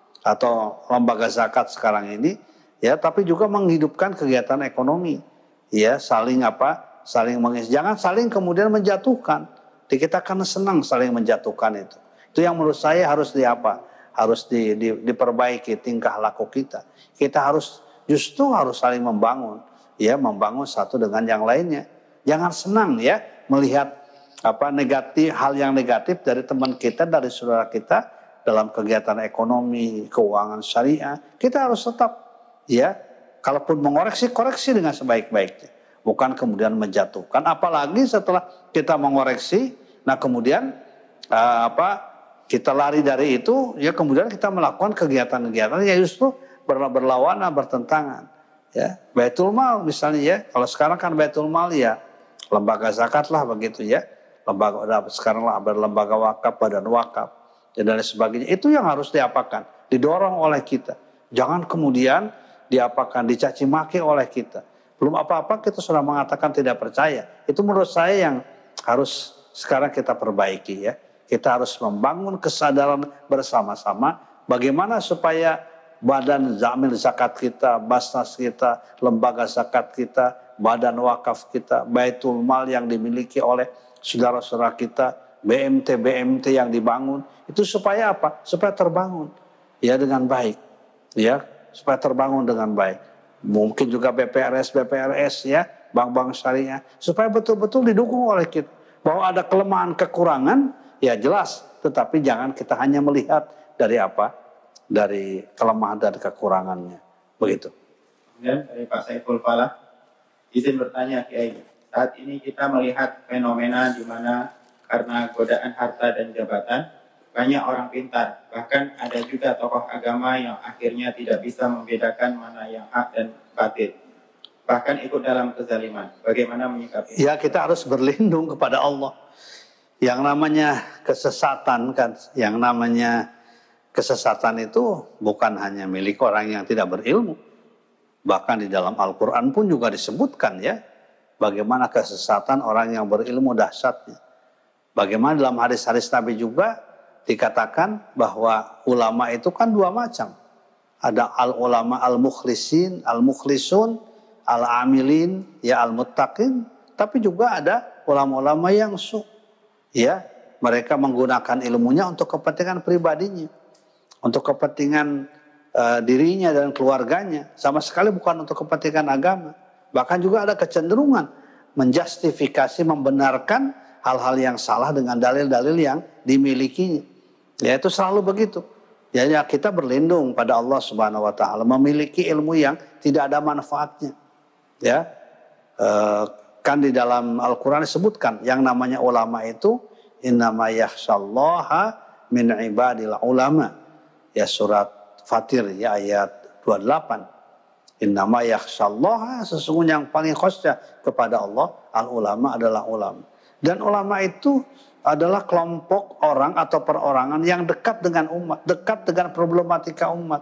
S1: atau lembaga zakat sekarang ini, ya, tapi juga menghidupkan kegiatan ekonomi, ya, saling apa, saling mengisi, jangan saling kemudian menjatuhkan. Kita kan senang saling menjatuhkan itu. Itu yang menurut saya harus di apa, harus di, di, diperbaiki tingkah laku kita. Kita harus justru harus saling membangun, ya, membangun satu dengan yang lainnya. Jangan senang ya melihat apa negatif, hal yang negatif dari teman kita, dari saudara kita dalam kegiatan ekonomi, keuangan syariah. Kita harus tetap, ya, kalaupun mengoreksi, koreksi dengan sebaik-baiknya. Bukan kemudian menjatuhkan. Apalagi setelah kita mengoreksi, nah kemudian uh, apa kita lari dari itu, ya kemudian kita melakukan kegiatan-kegiatan yang justru berlawanan, bertentangan. Ya, Baitul Mal misalnya, ya, kalau sekarang kan Baitul Mal ya lembaga zakat lah begitu ya, lembaga sekarang lah berlembaga wakaf, badan wakaf dan lain sebagainya. Itu yang harus diapakan, didorong oleh kita. Jangan kemudian diapakan, dicaci maki oleh kita. Belum apa-apa kita sudah mengatakan tidak percaya. Itu menurut saya yang harus sekarang kita perbaiki ya. Kita harus membangun kesadaran bersama-sama bagaimana supaya badan zamil zakat kita, basnas kita, lembaga zakat kita, badan wakaf kita, Baitul Mal yang dimiliki oleh saudara-saudara kita, B M T-B M T yang dibangun, itu supaya apa? Supaya terbangun ya dengan baik. Ya, supaya terbangun dengan baik. Mungkin juga B P R S B P R S ya, bank-bank syariah, supaya betul-betul didukung oleh kita. Bahwa ada kelemahan, kekurangan, ya jelas, tetapi jangan kita hanya melihat dari apa? Dari kelemahan dan kekurangannya. Begitu.
S2: Kemudian dari Pak Saiful Falah, izin bertanya Kiai, saat ini kita melihat fenomena di mana karena godaan harta dan jabatan, banyak orang pintar, bahkan ada juga tokoh agama yang akhirnya tidak bisa membedakan mana yang hak dan batil, bahkan ikut dalam kezaliman. Bagaimana menyikapi?
S1: Ya, kita harus berlindung kepada Allah. Yang namanya kesesatan kan, yang namanya kesesatan itu bukan hanya milik orang yang tidak berilmu. Bahkan di dalam Al-Quran pun juga disebutkan ya, bagaimana kesesatan orang yang berilmu dahsyatnya. Bagaimana dalam hadis-hadis Nabi juga dikatakan bahwa ulama itu kan dua macam. Ada al-ulama al-mukhlisin, al-mukhlisun, al-amilin, ya al-muttaqin. Tapi juga ada ulama-ulama yang su. Ya, mereka menggunakan ilmunya untuk kepentingan pribadinya. Untuk kepentingan uh, dirinya dan keluarganya. Sama sekali bukan untuk kepentingan agama. Bahkan juga ada kecenderungan menjustifikasi, membenarkan hal-hal yang salah dengan dalil-dalil yang dimilikinya. Ya, itu selalu begitu. Ya, ya kita berlindung pada Allah Subhanahu wa taala, memiliki ilmu yang tidak ada manfaatnya. Ya. E, kan di dalam Al-Qur'an disebutkan yang namanya ulama itu innama yakhsyallaha min ibadil ulama. Ya, surat Fatir ya ayat dua puluh delapan. Innama yakhsyallaha, sesungguhnya yang paling khasyah kepada Allah al ulama adalah ulama. Dan ulama itu adalah kelompok orang atau perorangan yang dekat dengan umat, dekat dengan problematika umat.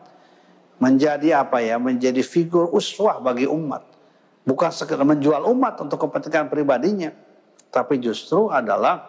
S1: Menjadi apa ya? Menjadi figur uswah bagi umat. Bukan sekedar menjual umat untuk kepentingan pribadinya, tapi justru adalah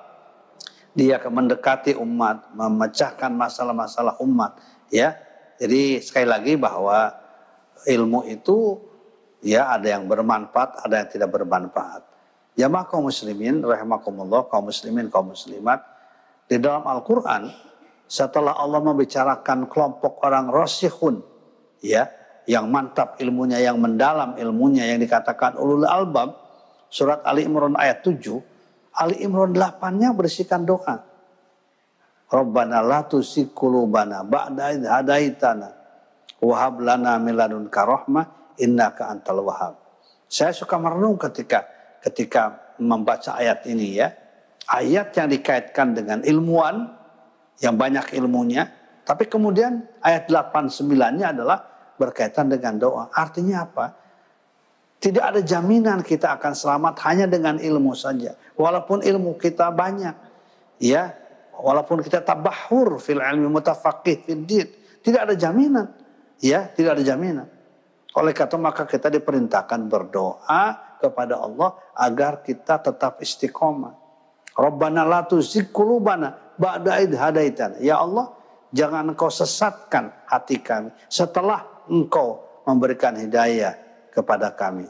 S1: dia mendekati umat, memecahkan masalah-masalah umat, ya. Jadi sekali lagi bahwa ilmu itu ya ada yang bermanfaat, ada yang tidak bermanfaat. Jamaah kaum muslimin rahimakumullah, kaum muslimin, kaum muslimat, di dalam Al-Qur'an setelah Allah membicarakan kelompok orang rasikhun ya, yang mantap ilmunya, yang mendalam ilmunya, yang dikatakan ulul albab, surat Ali Imran ayat tujuh, Ali Imran delapan-nya berisikan doa. Rabbana la tuzigh qulubana ba'da idh hadaitana Wahab lana min ladunka rahmah innaka antal wahhab. Saya suka merenung ketika ketika membaca ayat ini ya. Ayat yang dikaitkan dengan ilmuwan yang banyak ilmunya, tapi kemudian ayat delapan sembilan-nya adalah berkaitan dengan doa. Artinya apa? Tidak ada jaminan kita akan selamat hanya dengan ilmu saja. Walaupun ilmu kita banyak, ya, walaupun kita tabahur fil ilmi mutafaqih fid din, tidak ada jaminan, ya, tidak ada jaminan. Oleh karena itu maka kita diperintahkan berdoa kepada Allah agar kita tetap istiqomah. Rabbana la tuzigh qulubana ba'da idh hadaitana. Ya Allah, jangan Engkau sesatkan hati kami setelah Engkau memberikan hidayah kepada kami.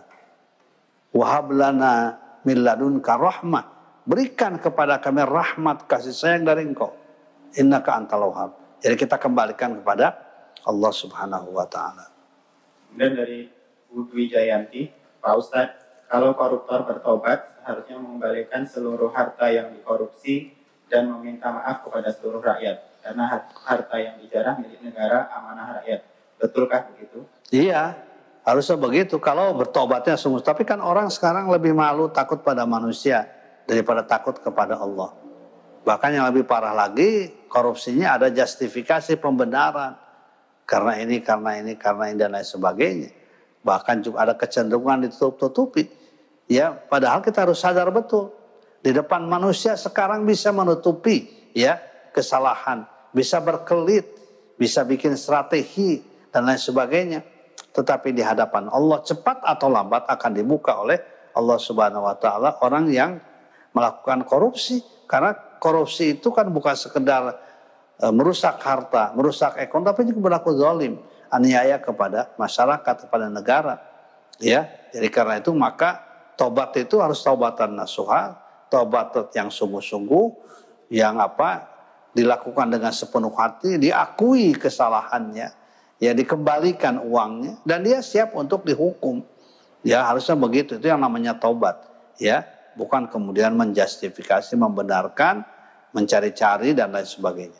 S1: Wahab lana min ladunka rahmah. Berikan kepada kami rahmat kasih sayang dari Engkau. Innaka antal wahhab. Jadi kita kembalikan kepada Allah Subhanahu wa taala.
S2: Kemudian dari Bu Dwi Jayanti, Pak Ustadz, kalau koruptor bertobat seharusnya mengembalikan seluruh harta yang dikorupsi dan meminta maaf kepada seluruh rakyat karena harta yang dijarah milik negara, amanah rakyat. Betulkah begitu?
S1: Iya, harusnya begitu. Kalau bertobatnya sungguh. Tapi kan orang sekarang lebih malu takut pada manusia daripada takut kepada Allah. Bahkan yang lebih parah lagi, korupsinya ada justifikasi pembenaran. Karena ini, karena ini, karena ini, dan lain sebagainya. Bahkan juga ada kecenderungan ditutup-tutupi. Ya, padahal kita harus sadar betul. Di depan manusia sekarang bisa menutupi ya kesalahan. Bisa berkelit, bisa bikin strategi, dan lain sebagainya. Tetapi di hadapan Allah cepat atau lambat akan dibuka oleh Allah Subhanahu wa taala orang yang melakukan korupsi. Karena korupsi itu kan bukan sekedar e, merusak harta, merusak ekonomi, tapi juga berlaku zalim, aniaya kepada masyarakat, kepada negara. Ya, jadi karena itu maka tobat itu harus taubatan nasuha, tobat yang sungguh-sungguh, yang apa dilakukan dengan sepenuh hati, diakui kesalahannya, ya dikembalikan uangnya, dan dia siap untuk dihukum. Ya harusnya begitu, itu yang namanya taubat. Ya, bukan kemudian menjustifikasi, membenarkan, mencari-cari dan lain sebagainya.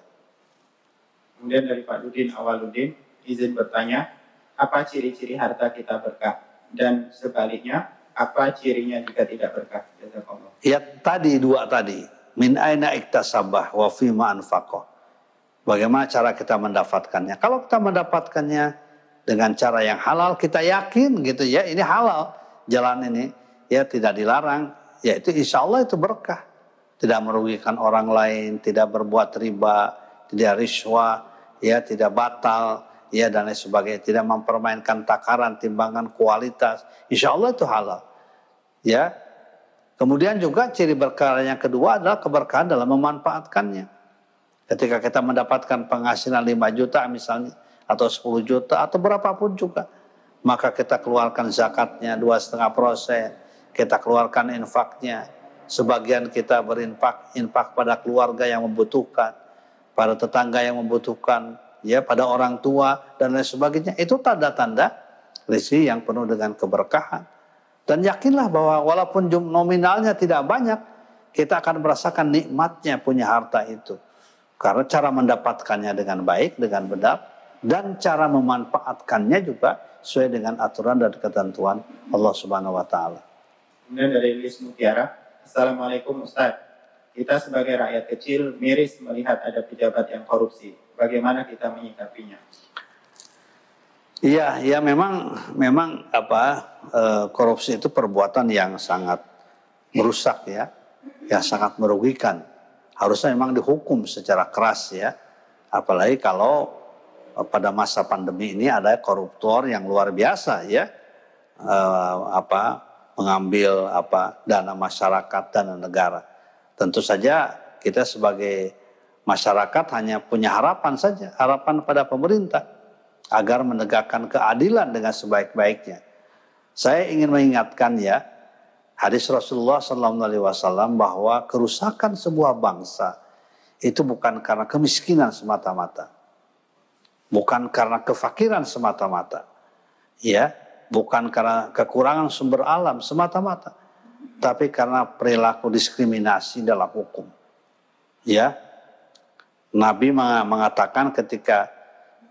S2: Kemudian dari Pak Dudin Awaludin, izin bertanya, apa ciri-ciri harta kita berkah? Dan sebaliknya, apa cirinya jika tidak berkah? Jazakallah.
S1: Ya tadi dua tadi, min aina iktasabah wa fima anfaqah. Bagaimana cara kita mendapatkannya? Kalau kita mendapatkannya dengan cara yang halal, kita yakin gitu ya, ini halal jalan ini, ya tidak dilarang, ya itu insya Allah itu berkah. Tidak merugikan orang lain, tidak berbuat riba, tidak riswah, ya tidak batal, ya dan lain sebagainya, tidak mempermainkan takaran, timbangan, kualitas. Insya Allah itu halal. Ya. Kemudian juga ciri berkah yang kedua adalah keberkahan dalam memanfaatkannya. Ketika kita mendapatkan penghasilan lima juta misalnya, atau sepuluh juta, atau berapapun juga, maka kita keluarkan zakatnya dua koma lima persen, kita keluarkan infaknya, sebagian kita berinfak, infak pada keluarga yang membutuhkan, pada tetangga yang membutuhkan, ya pada orang tua, dan lain sebagainya. Itu tanda-tanda rezeki yang penuh dengan keberkahan. Dan yakinlah bahwa walaupun nominalnya tidak banyak, kita akan merasakan nikmatnya punya harta itu. Karena cara mendapatkannya dengan baik, dengan benar, dan cara memanfaatkannya juga sesuai dengan aturan dan ketentuan Allah Subhanahu wa taala.
S2: Kemudian dari Lis Mutiara, Assalamualaikum Ustaz. Kita sebagai rakyat kecil miris melihat ada pejabat yang korupsi. Bagaimana kita menyikapinya?
S1: Iya, ya memang memang apa e, korupsi itu perbuatan yang sangat merusak ya, yang sangat merugikan. Harusnya memang dihukum secara keras ya. Apalagi kalau e, pada masa pandemi ini ada koruptor yang luar biasa ya, e, apa mengambil apa dana masyarakat, dana negara. Tentu saja kita sebagai masyarakat hanya punya harapan saja, harapan pada pemerintah agar menegakkan keadilan dengan sebaik-baiknya. Saya ingin mengingatkan ya, hadis Rasulullah shallallahu alaihi wasallam bahwa kerusakan sebuah bangsa itu bukan karena kemiskinan semata-mata, bukan karena kefakiran semata-mata, ya, bukan karena kekurangan sumber alam semata-mata, tapi karena perilaku diskriminasi dalam hukum. Ya, Nabi mengatakan ketika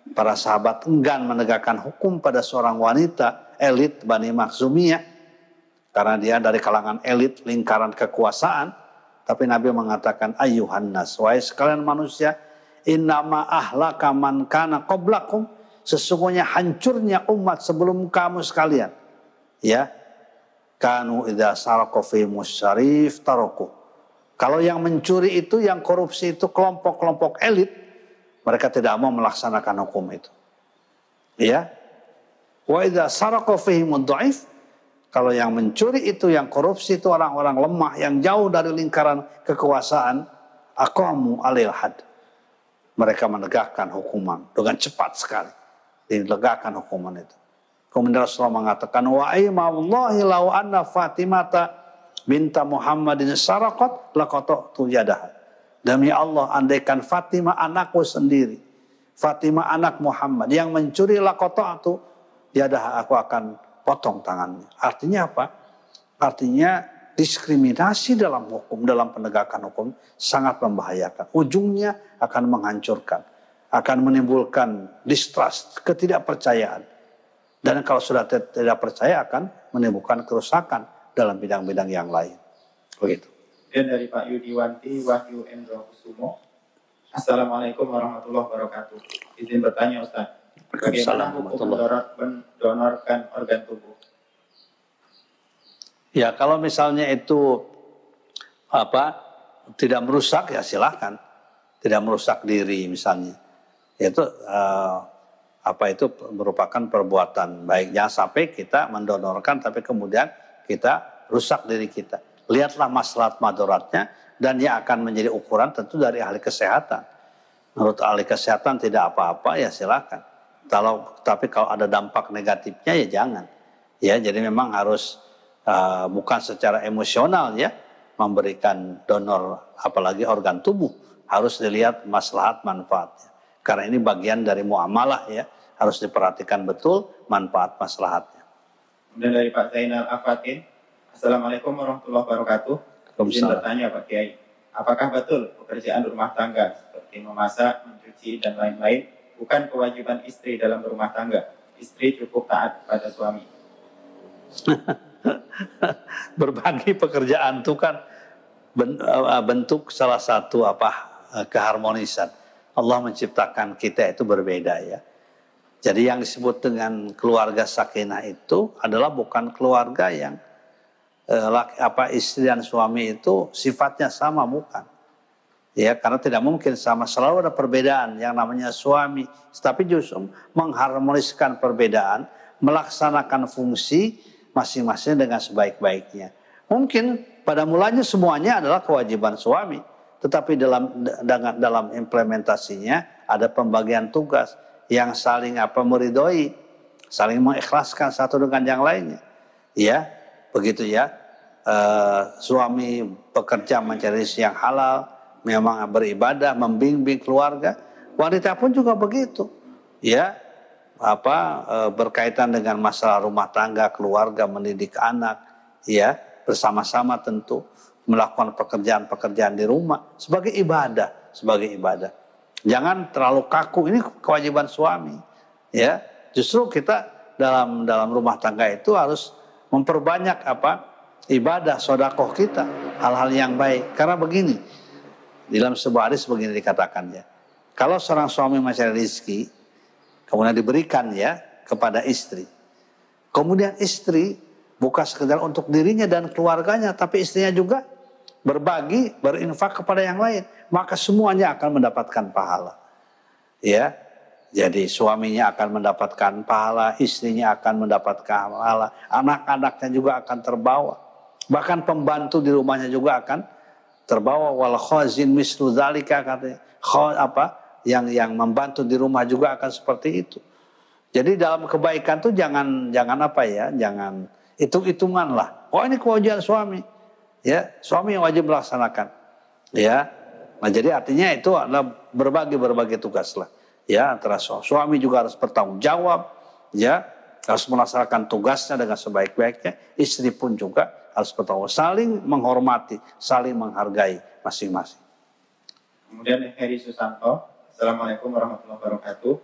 S1: para sahabat enggan menegakkan hukum pada seorang wanita elit Bani Makhzumiyah karena dia dari kalangan elit lingkaran kekuasaan. Tapi Nabi mengatakan, ayyuhan nas, wahai sekalian manusia, innama ahlaka man kana qablakum, sesungguhnya hancurnya umat sebelum kamu sekalian. Ya, kanu idza sarqa fi musyarif taraku. Kalau yang mencuri itu, yang korupsi itu kelompok-kelompok elit, mereka tidak mau melaksanakan hukum itu. Ya. Wa idza sarqa fihi mudhaif, kalau yang mencuri itu, yang korupsi itu orang-orang lemah yang jauh dari lingkaran kekuasaan, aqamu alil had. Mereka menegakkan hukuman dengan cepat sekali. Ditegakkan hukuman itu. Kemudian Rasulullah mengatakan, wa aimallahi law anna Fatimata binta Muhammadin saraqat laqata'tu yadaha. Demi Allah, andaikan Fatimah anakku sendiri, Fatimah anak Muhammad yang mencuri laqata'tu yadaha, aku akan potong tangannya. Artinya apa? Artinya diskriminasi dalam hukum, dalam penegakan hukum sangat membahayakan. Ujungnya akan menghancurkan, akan menimbulkan distrust, ketidakpercayaan. Dan kalau sudah tidak percaya akan menimbulkan kerusakan dalam bidang-bidang yang lain. Begitu.
S2: Dan dari Pak Yudiwanti Wahyu Endro Kusumo. Assalamualaikum warahmatullahi wabarakatuh. Izin bertanya Ustaz. Bagaimana hukum mendonorkan organ tubuh?
S1: Ya, kalau misalnya itu apa tidak merusak ya silahkan, tidak merusak diri misalnya, itu uh, apa itu merupakan perbuatan baik. Jangan sampai kita mendonorkan tapi kemudian kita rusak diri kita. Lihatlah maslahat madoratnya dan dia akan menjadi ukuran tentu dari ahli kesehatan. Menurut ahli kesehatan tidak apa-apa ya silahkan. Kalau tapi kalau ada dampak negatifnya ya jangan. Ya, jadi memang harus uh, bukan secara emosional ya memberikan donor apalagi organ tubuh, harus dilihat maslahat manfaatnya. Karena ini bagian dari muamalah ya, harus diperhatikan betul manfaat maslahatnya.
S2: Kemudian dari Pak Zainal Afatin, Assalamualaikum warahmatullahi wabarakatuh. Izin bertanya Pak Kiai, apakah betul pekerjaan rumah tangga seperti memasak, mencuci dan lain-lain bukan kewajiban istri dalam berumah tangga? Istri cukup taat pada suami.
S1: Berbagi pekerjaan itu kan bentuk salah satu apa keharmonisan. Allah menciptakan kita itu berbeda ya. Jadi yang disebut dengan keluarga sakinah itu adalah bukan keluarga yang eh, apa istri dan suami itu sifatnya sama, bukan. Ya, karena tidak mungkin sama, selalu ada perbedaan yang namanya suami, tapi justru mengharmoniskan perbedaan, melaksanakan fungsi masing-masing dengan sebaik-baiknya. Mungkin pada mulanya semuanya adalah kewajiban suami, tetapi dalam dengan dalam implementasinya ada pembagian tugas yang saling apa meridhoi, saling mengikhlaskan satu dengan yang lainnya. Ya, begitu ya. E, suami bekerja mencari rezeki yang halal, memang beribadah, membimbing keluarga. Wanita pun juga begitu. Ya, apa e, berkaitan dengan masalah rumah tangga, keluarga, mendidik anak, ya, bersama-sama tentu melakukan pekerjaan-pekerjaan di rumah sebagai ibadah, sebagai ibadah. Jangan terlalu kaku, ini kewajiban suami. Ya, justru kita dalam dalam rumah tangga itu harus memperbanyak apa? Ibadah, sedekah kita, hal-hal yang baik. Karena begini, dalam sebuah hadis begini dikatakan ya. Kalau seorang suami mencari rezeki, kemudian diberikan ya kepada istri. Kemudian istri bukan sekedar untuk dirinya dan keluarganya, tapi istrinya juga berbagi, berinfak kepada yang lain, maka semuanya akan mendapatkan pahala. Ya, jadi suaminya akan mendapatkan pahala, istrinya akan mendapatkan pahala, anak-anaknya juga akan terbawa, bahkan pembantu di rumahnya juga akan terbawa. Wal khazin mislu dzalika, katanya apa yang yang membantu di rumah juga akan seperti itu. Jadi dalam kebaikan tuh jangan jangan apa ya, jangan hitung-hitungan lah. Oh ini kewajiban suami. Ya, suami yang wajib melaksanakan. Ya. Nah, jadi artinya itu adalah berbagi-berbagi tugas lah. Ya, antara suami, suami juga harus bertanggung jawab, ya, harus melaksanakan tugasnya dengan sebaik-baiknya. Istri pun juga harus bertanggung jawab, saling menghormati, saling menghargai masing-masing.
S2: Kemudian Heri Susanto, Assalamualaikum warahmatullahi wabarakatuh.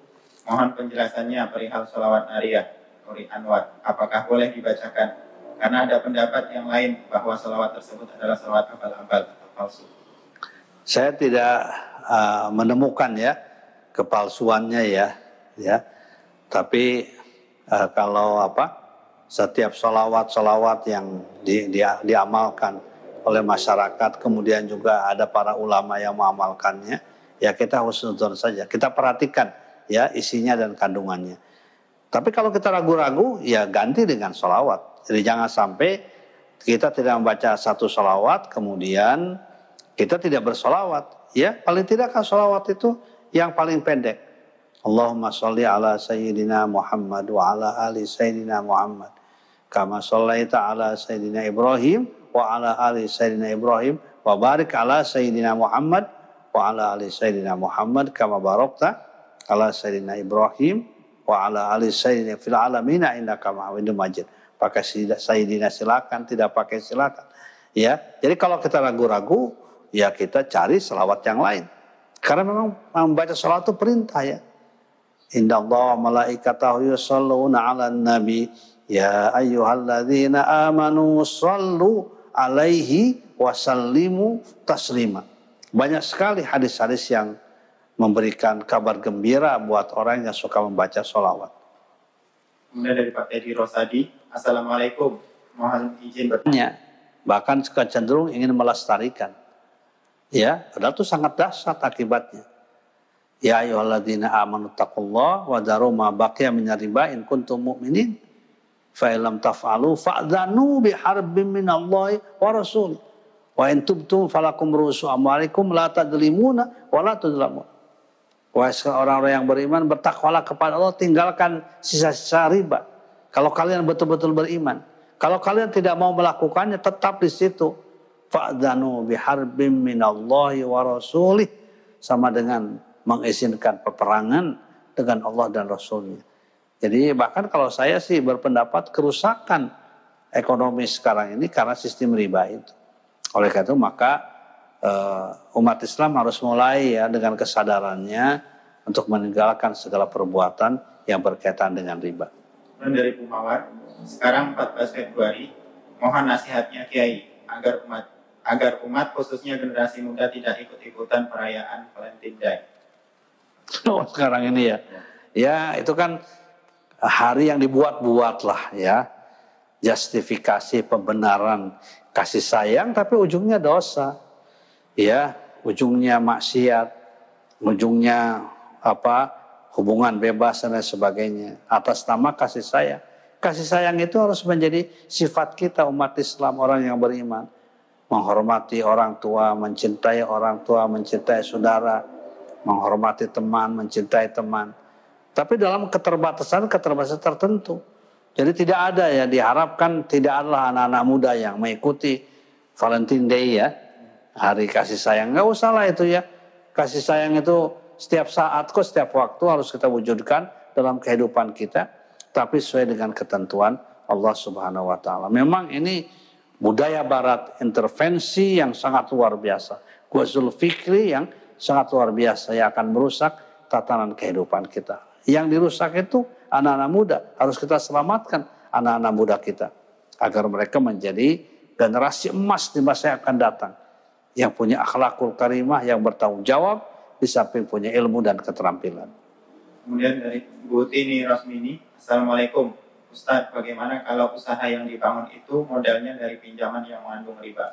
S2: Mohon penjelasannya perihal sholawat nariyah Nuri Anwar. Apakah boleh dibacakan? Karena ada pendapat yang lain bahwa sholawat tersebut adalah sholawat abal-abal atau palsu.
S1: Saya tidak uh, menemukan ya kepalsuannya ya, ya. Tapi uh, kalau apa? Setiap sholawat-sholawat yang di, di, diamalkan oleh masyarakat, kemudian juga ada para ulama yang mengamalkannya, ya kita husnuzon saja. Kita perhatikan ya isinya dan kandungannya. Tapi kalau kita ragu-ragu, ya ganti dengan sholawat. Jadi jangan sampai kita tidak membaca satu sholawat, kemudian kita tidak bersolawat. Ya paling tidak kan sholawat itu yang paling pendek. Allahumma sholli ala sayyidina Muhammad wa ala ali sayyidina Muhammad. Kama shallaita ala sayyidina Ibrahim wa ala ali sayyidina Ibrahim wa barik ala sayyidina Muhammad wa ala ali sayyidina Muhammad kama barakta ala sayyidina Ibrahim wa ala ali sayyidina fil alamin innaka Hamidum Majid. Pakai sayyidina silakan, tidak pakai silakan. Ya. Jadi kalau kita ragu-ragu, ya kita cari selawat yang lain. Karena memang membaca selawat itu perintah ya. Inna Allah malaikatahu yusalluna 'alan nabi ya ayyuhalladzina amanu shallu alaihi wasallimu taslima. Banyak sekali hadis-hadis yang memberikan kabar gembira buat orang yang suka membaca sholawat.
S2: Kemudian dari Pak Teddy Rosadi, Assalamualaikum, mohon izin bertanya.
S1: Bahkan cenderung ingin melestarikan. Ya, padahal itu sangat dahsyat akibatnya. Ya ayyuhalladzina amanu taqullaha wa daru ma baqiya minar riba in kuntum mu'minin. Fa illam taf'alu fa'dzanu biharbin minallahi wa rasul. Wa in tubtum falakum ru'usu amwalikum la tadlimuna wa la tudlamun. Wahai orang-orang yang beriman, bertakwalah kepada Allah, tinggalkan sisa-sisa riba. Kalau kalian betul-betul beriman, kalau kalian tidak mau melakukannya, tetap di situ. Fa'dzanu biharbin minallahi wa rasulih, sama dengan mengizinkan peperangan dengan Allah dan Rasulnya. Jadi bahkan kalau saya sih berpendapat kerusakan ekonomi sekarang ini karena sistem riba itu. Oleh karena itu maka uh, umat Islam harus mulai ya dengan kesadarannya untuk meninggalkan segala perbuatan yang berkaitan dengan riba.
S2: Dan dari Pumawar, sekarang empat belas Februari, mohon nasihatnya Kiai agar umat agar umat khususnya generasi muda tidak ikut-ikutan perayaan Valentine Day.
S1: Oh, sekarang ini ya, ya itu kan hari yang dibuat-buat lah ya, justifikasi pembenaran kasih sayang, tapi ujungnya dosa, ya, ujungnya maksiat, ujungnya apa, hubungan bebas dan lain sebagainya, atas nama kasih sayang. Kasih sayang itu harus menjadi sifat kita umat Islam, orang yang beriman, menghormati orang tua, mencintai orang tua, mencintai saudara, menghormati teman, mencintai teman. Tapi dalam keterbatasan-keterbatasan tertentu. Jadi tidak ada ya, diharapkan tidak adalah anak-anak muda yang mengikuti Valentine Day ya, hari kasih sayang. Nggak usah lah itu ya. Kasih sayang itu setiap saat kok, setiap waktu harus kita wujudkan dalam kehidupan kita. Tapi sesuai dengan ketentuan Allah Subhanahu Wa Taala. Memang ini budaya Barat, intervensi yang sangat luar biasa. Ghazul fikri yang sangat luar biasa yang akan merusak tatanan kehidupan kita. Yang dirusak itu anak-anak muda. Harus kita selamatkan anak-anak muda kita. Agar mereka menjadi generasi emas di masa yang akan datang. Yang punya akhlakul karimah, yang bertanggung jawab, di samping punya ilmu dan keterampilan.
S2: Kemudian dari Bu Tini Rosmini, Assalamualaikum. Ustadz, bagaimana kalau usaha yang dibangun itu modalnya dari pinjaman yang mengandung riba?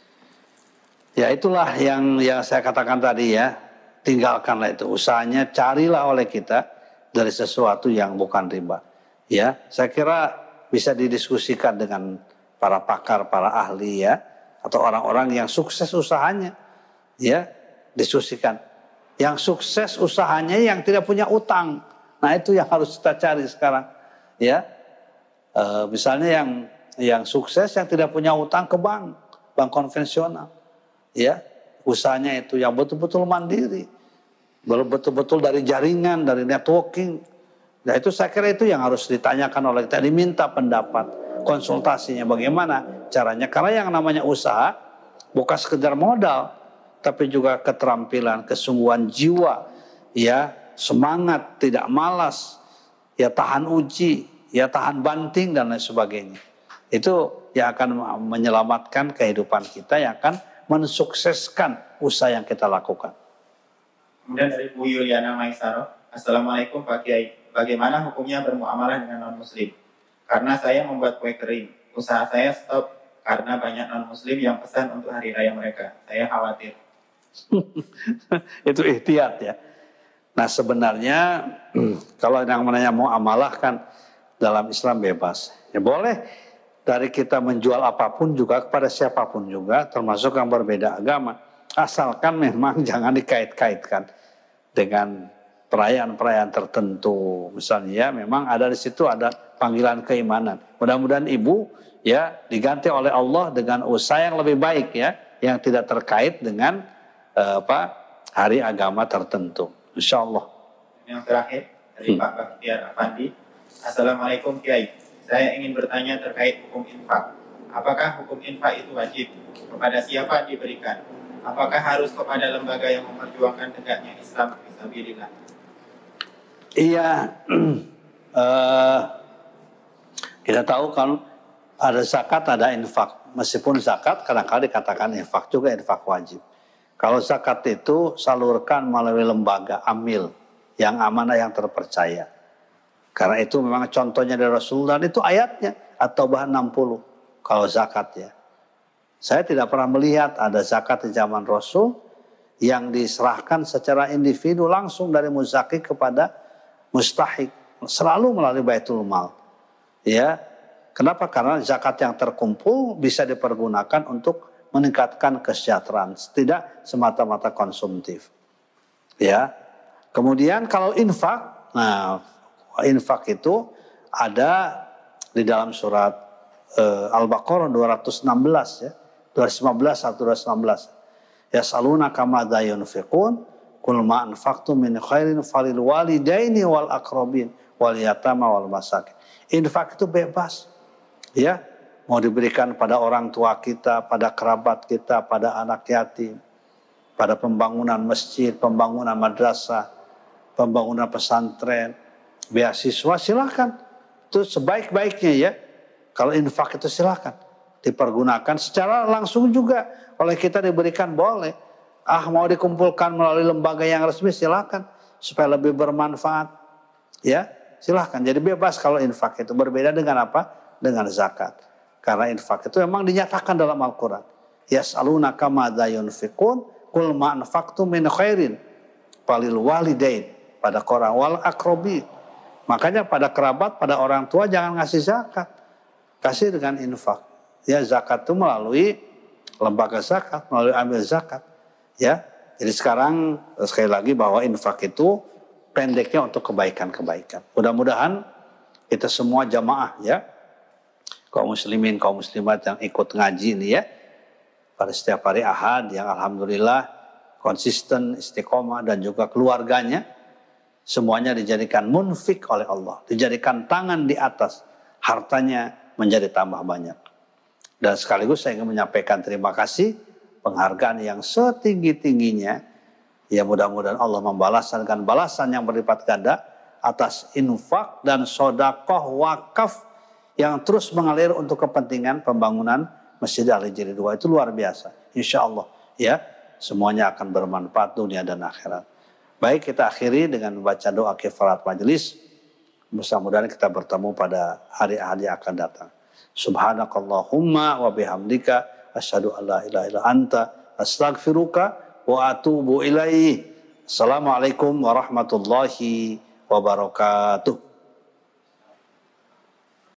S1: Ya itulah yang yang saya katakan tadi ya. Tinggalkanlah itu. Usahanya carilah oleh kita dari sesuatu yang bukan riba. Ya, saya kira bisa didiskusikan dengan para pakar, para ahli ya, atau orang-orang yang sukses usahanya. Ya, diskusikan. Yang sukses usahanya yang tidak punya utang. Nah, itu yang harus kita cari sekarang. Ya. E, misalnya yang yang sukses yang tidak punya utang ke bank, bank konvensional. Ya, usahanya itu yang betul-betul mandiri. Betul-betul dari jaringan, dari networking. Nah itu saya kira itu yang harus ditanyakan oleh kita. Diminta pendapat, konsultasinya bagaimana caranya. Karena yang namanya usaha bukan sekedar modal, tapi juga keterampilan, kesungguhan jiwa, ya, semangat, tidak malas, ya tahan uji, ya tahan banting dan lain sebagainya. Itu yang akan menyelamatkan kehidupan kita, yang akan mensukseskan usaha yang kita lakukan.
S2: Kemudian dari Bu Yuliana Maisaro, Assalamualaikum Pak Kiai, bagaimana hukumnya bermuamalah dengan non-muslim? Karena saya membuat kue kering, usaha saya stop karena banyak non-muslim yang pesan untuk hari raya mereka. Saya khawatir.
S1: Itu ihtiyat ya. Nah sebenarnya kalau yang namanya muamalah kan dalam Islam bebas. Ya boleh dari kita menjual apapun juga kepada siapapun juga, termasuk yang berbeda agama. Asalkan memang jangan dikait-kaitkan dengan perayaan-perayaan tertentu. Misalnya ya memang ada di situ ada panggilan keimanan. Mudah-mudahan ibu ya diganti oleh Allah dengan usaha yang lebih baik ya, yang tidak terkait dengan uh, apa hari agama tertentu. Insya Allah.
S2: Yang terakhir dari hmm. Pak Baktiar Afandi, Assalamualaikum Kiai. Saya ingin bertanya terkait hukum infak. Apakah hukum infak itu wajib? Kepada siapa diberikan? Apakah harus kepada lembaga yang memperjuangkan tegaknya Islam fisabilillah?
S1: Iya, uh, kita tahu kan ada zakat, ada infak. Meskipun zakat kadang-kadang dikatakan infak juga, infak wajib. Kalau zakat itu salurkan melalui lembaga amil yang amanah, yang terpercaya. Karena itu memang contohnya dari Rasulullah, itu ayatnya At-Taubah enam puluh. Kalau zakat ya, saya tidak pernah melihat ada zakat di zaman Rasul yang diserahkan secara individu langsung dari muzaki kepada mustahik, selalu melalui Baitul Mal. Ya, kenapa? Karena zakat yang terkumpul bisa dipergunakan untuk meningkatkan kesejahteraan, tidak semata-mata konsumtif. Ya, kemudian kalau infak, nah infak itu ada di dalam surat uh, Al-Baqarah dua ratus enam belas ya, dua ratus lima belas atau dua ratus enam belas. Yas'alunaka madza yunfiqun qul ma anfaqtum min khairin falil walidaini wal aqrabin wal yatama wal masakin. Infak itu bebas. Ya, mau diberikan pada orang tua kita, pada kerabat kita, pada anak yatim, pada pembangunan masjid, pembangunan madrasah, pembangunan pesantren, beasiswa, silakan. Itu sebaik-baiknya ya. Kalau infak itu silakan dipergunakan secara langsung juga oleh kita diberikan, boleh. Ah, mau dikumpulkan melalui lembaga yang resmi, silakan supaya lebih bermanfaat. Ya, silakan. Jadi bebas kalau infak itu. Berbeda dengan apa? Dengan zakat. Karena infak itu memang dinyatakan dalam Al-Quran. Yas'alunaka madza yunfiqun qul ma anfaqtum min khairin falil walidain, pada orang wal aqrabin. Makanya pada kerabat, pada orang tua jangan ngasih zakat. Kasih dengan infak. Ya, zakat itu melalui lembaga zakat, melalui amil zakat. Ya. Jadi sekarang sekali lagi bahwa infak itu pendeknya untuk kebaikan-kebaikan. Mudah-mudahan kita semua jamaah ya, kaum muslimin, kaum muslimat yang ikut ngaji ini ya, pada setiap hari Ahad yang alhamdulillah konsisten, istiqomah, dan juga keluarganya semuanya dijadikan munfik oleh Allah, dijadikan tangan di atas, hartanya menjadi tambah banyak. Dan sekaligus saya ingin menyampaikan terima kasih, penghargaan yang setinggi-tingginya. Ya, mudah-mudahan Allah membalaskan dengan balasan yang berlipat ganda atas infak dan sodakoh wakaf yang terus mengalir untuk kepentingan pembangunan Masjid Al-Hijri dua. Itu luar biasa. Insya Allah ya, semuanya akan bermanfaat dunia dan akhirat. Baik, kita akhiri dengan membaca doa kifarat majelis. Mudah-mudahan kita bertemu pada hari-hari yang akan datang. Subhanakallahumma wa bihamdika asyhadu an la ilaha illa anta astaghfiruka wa atubu ilaih. Assalamualaikum warahmatullahi wabarakatuh.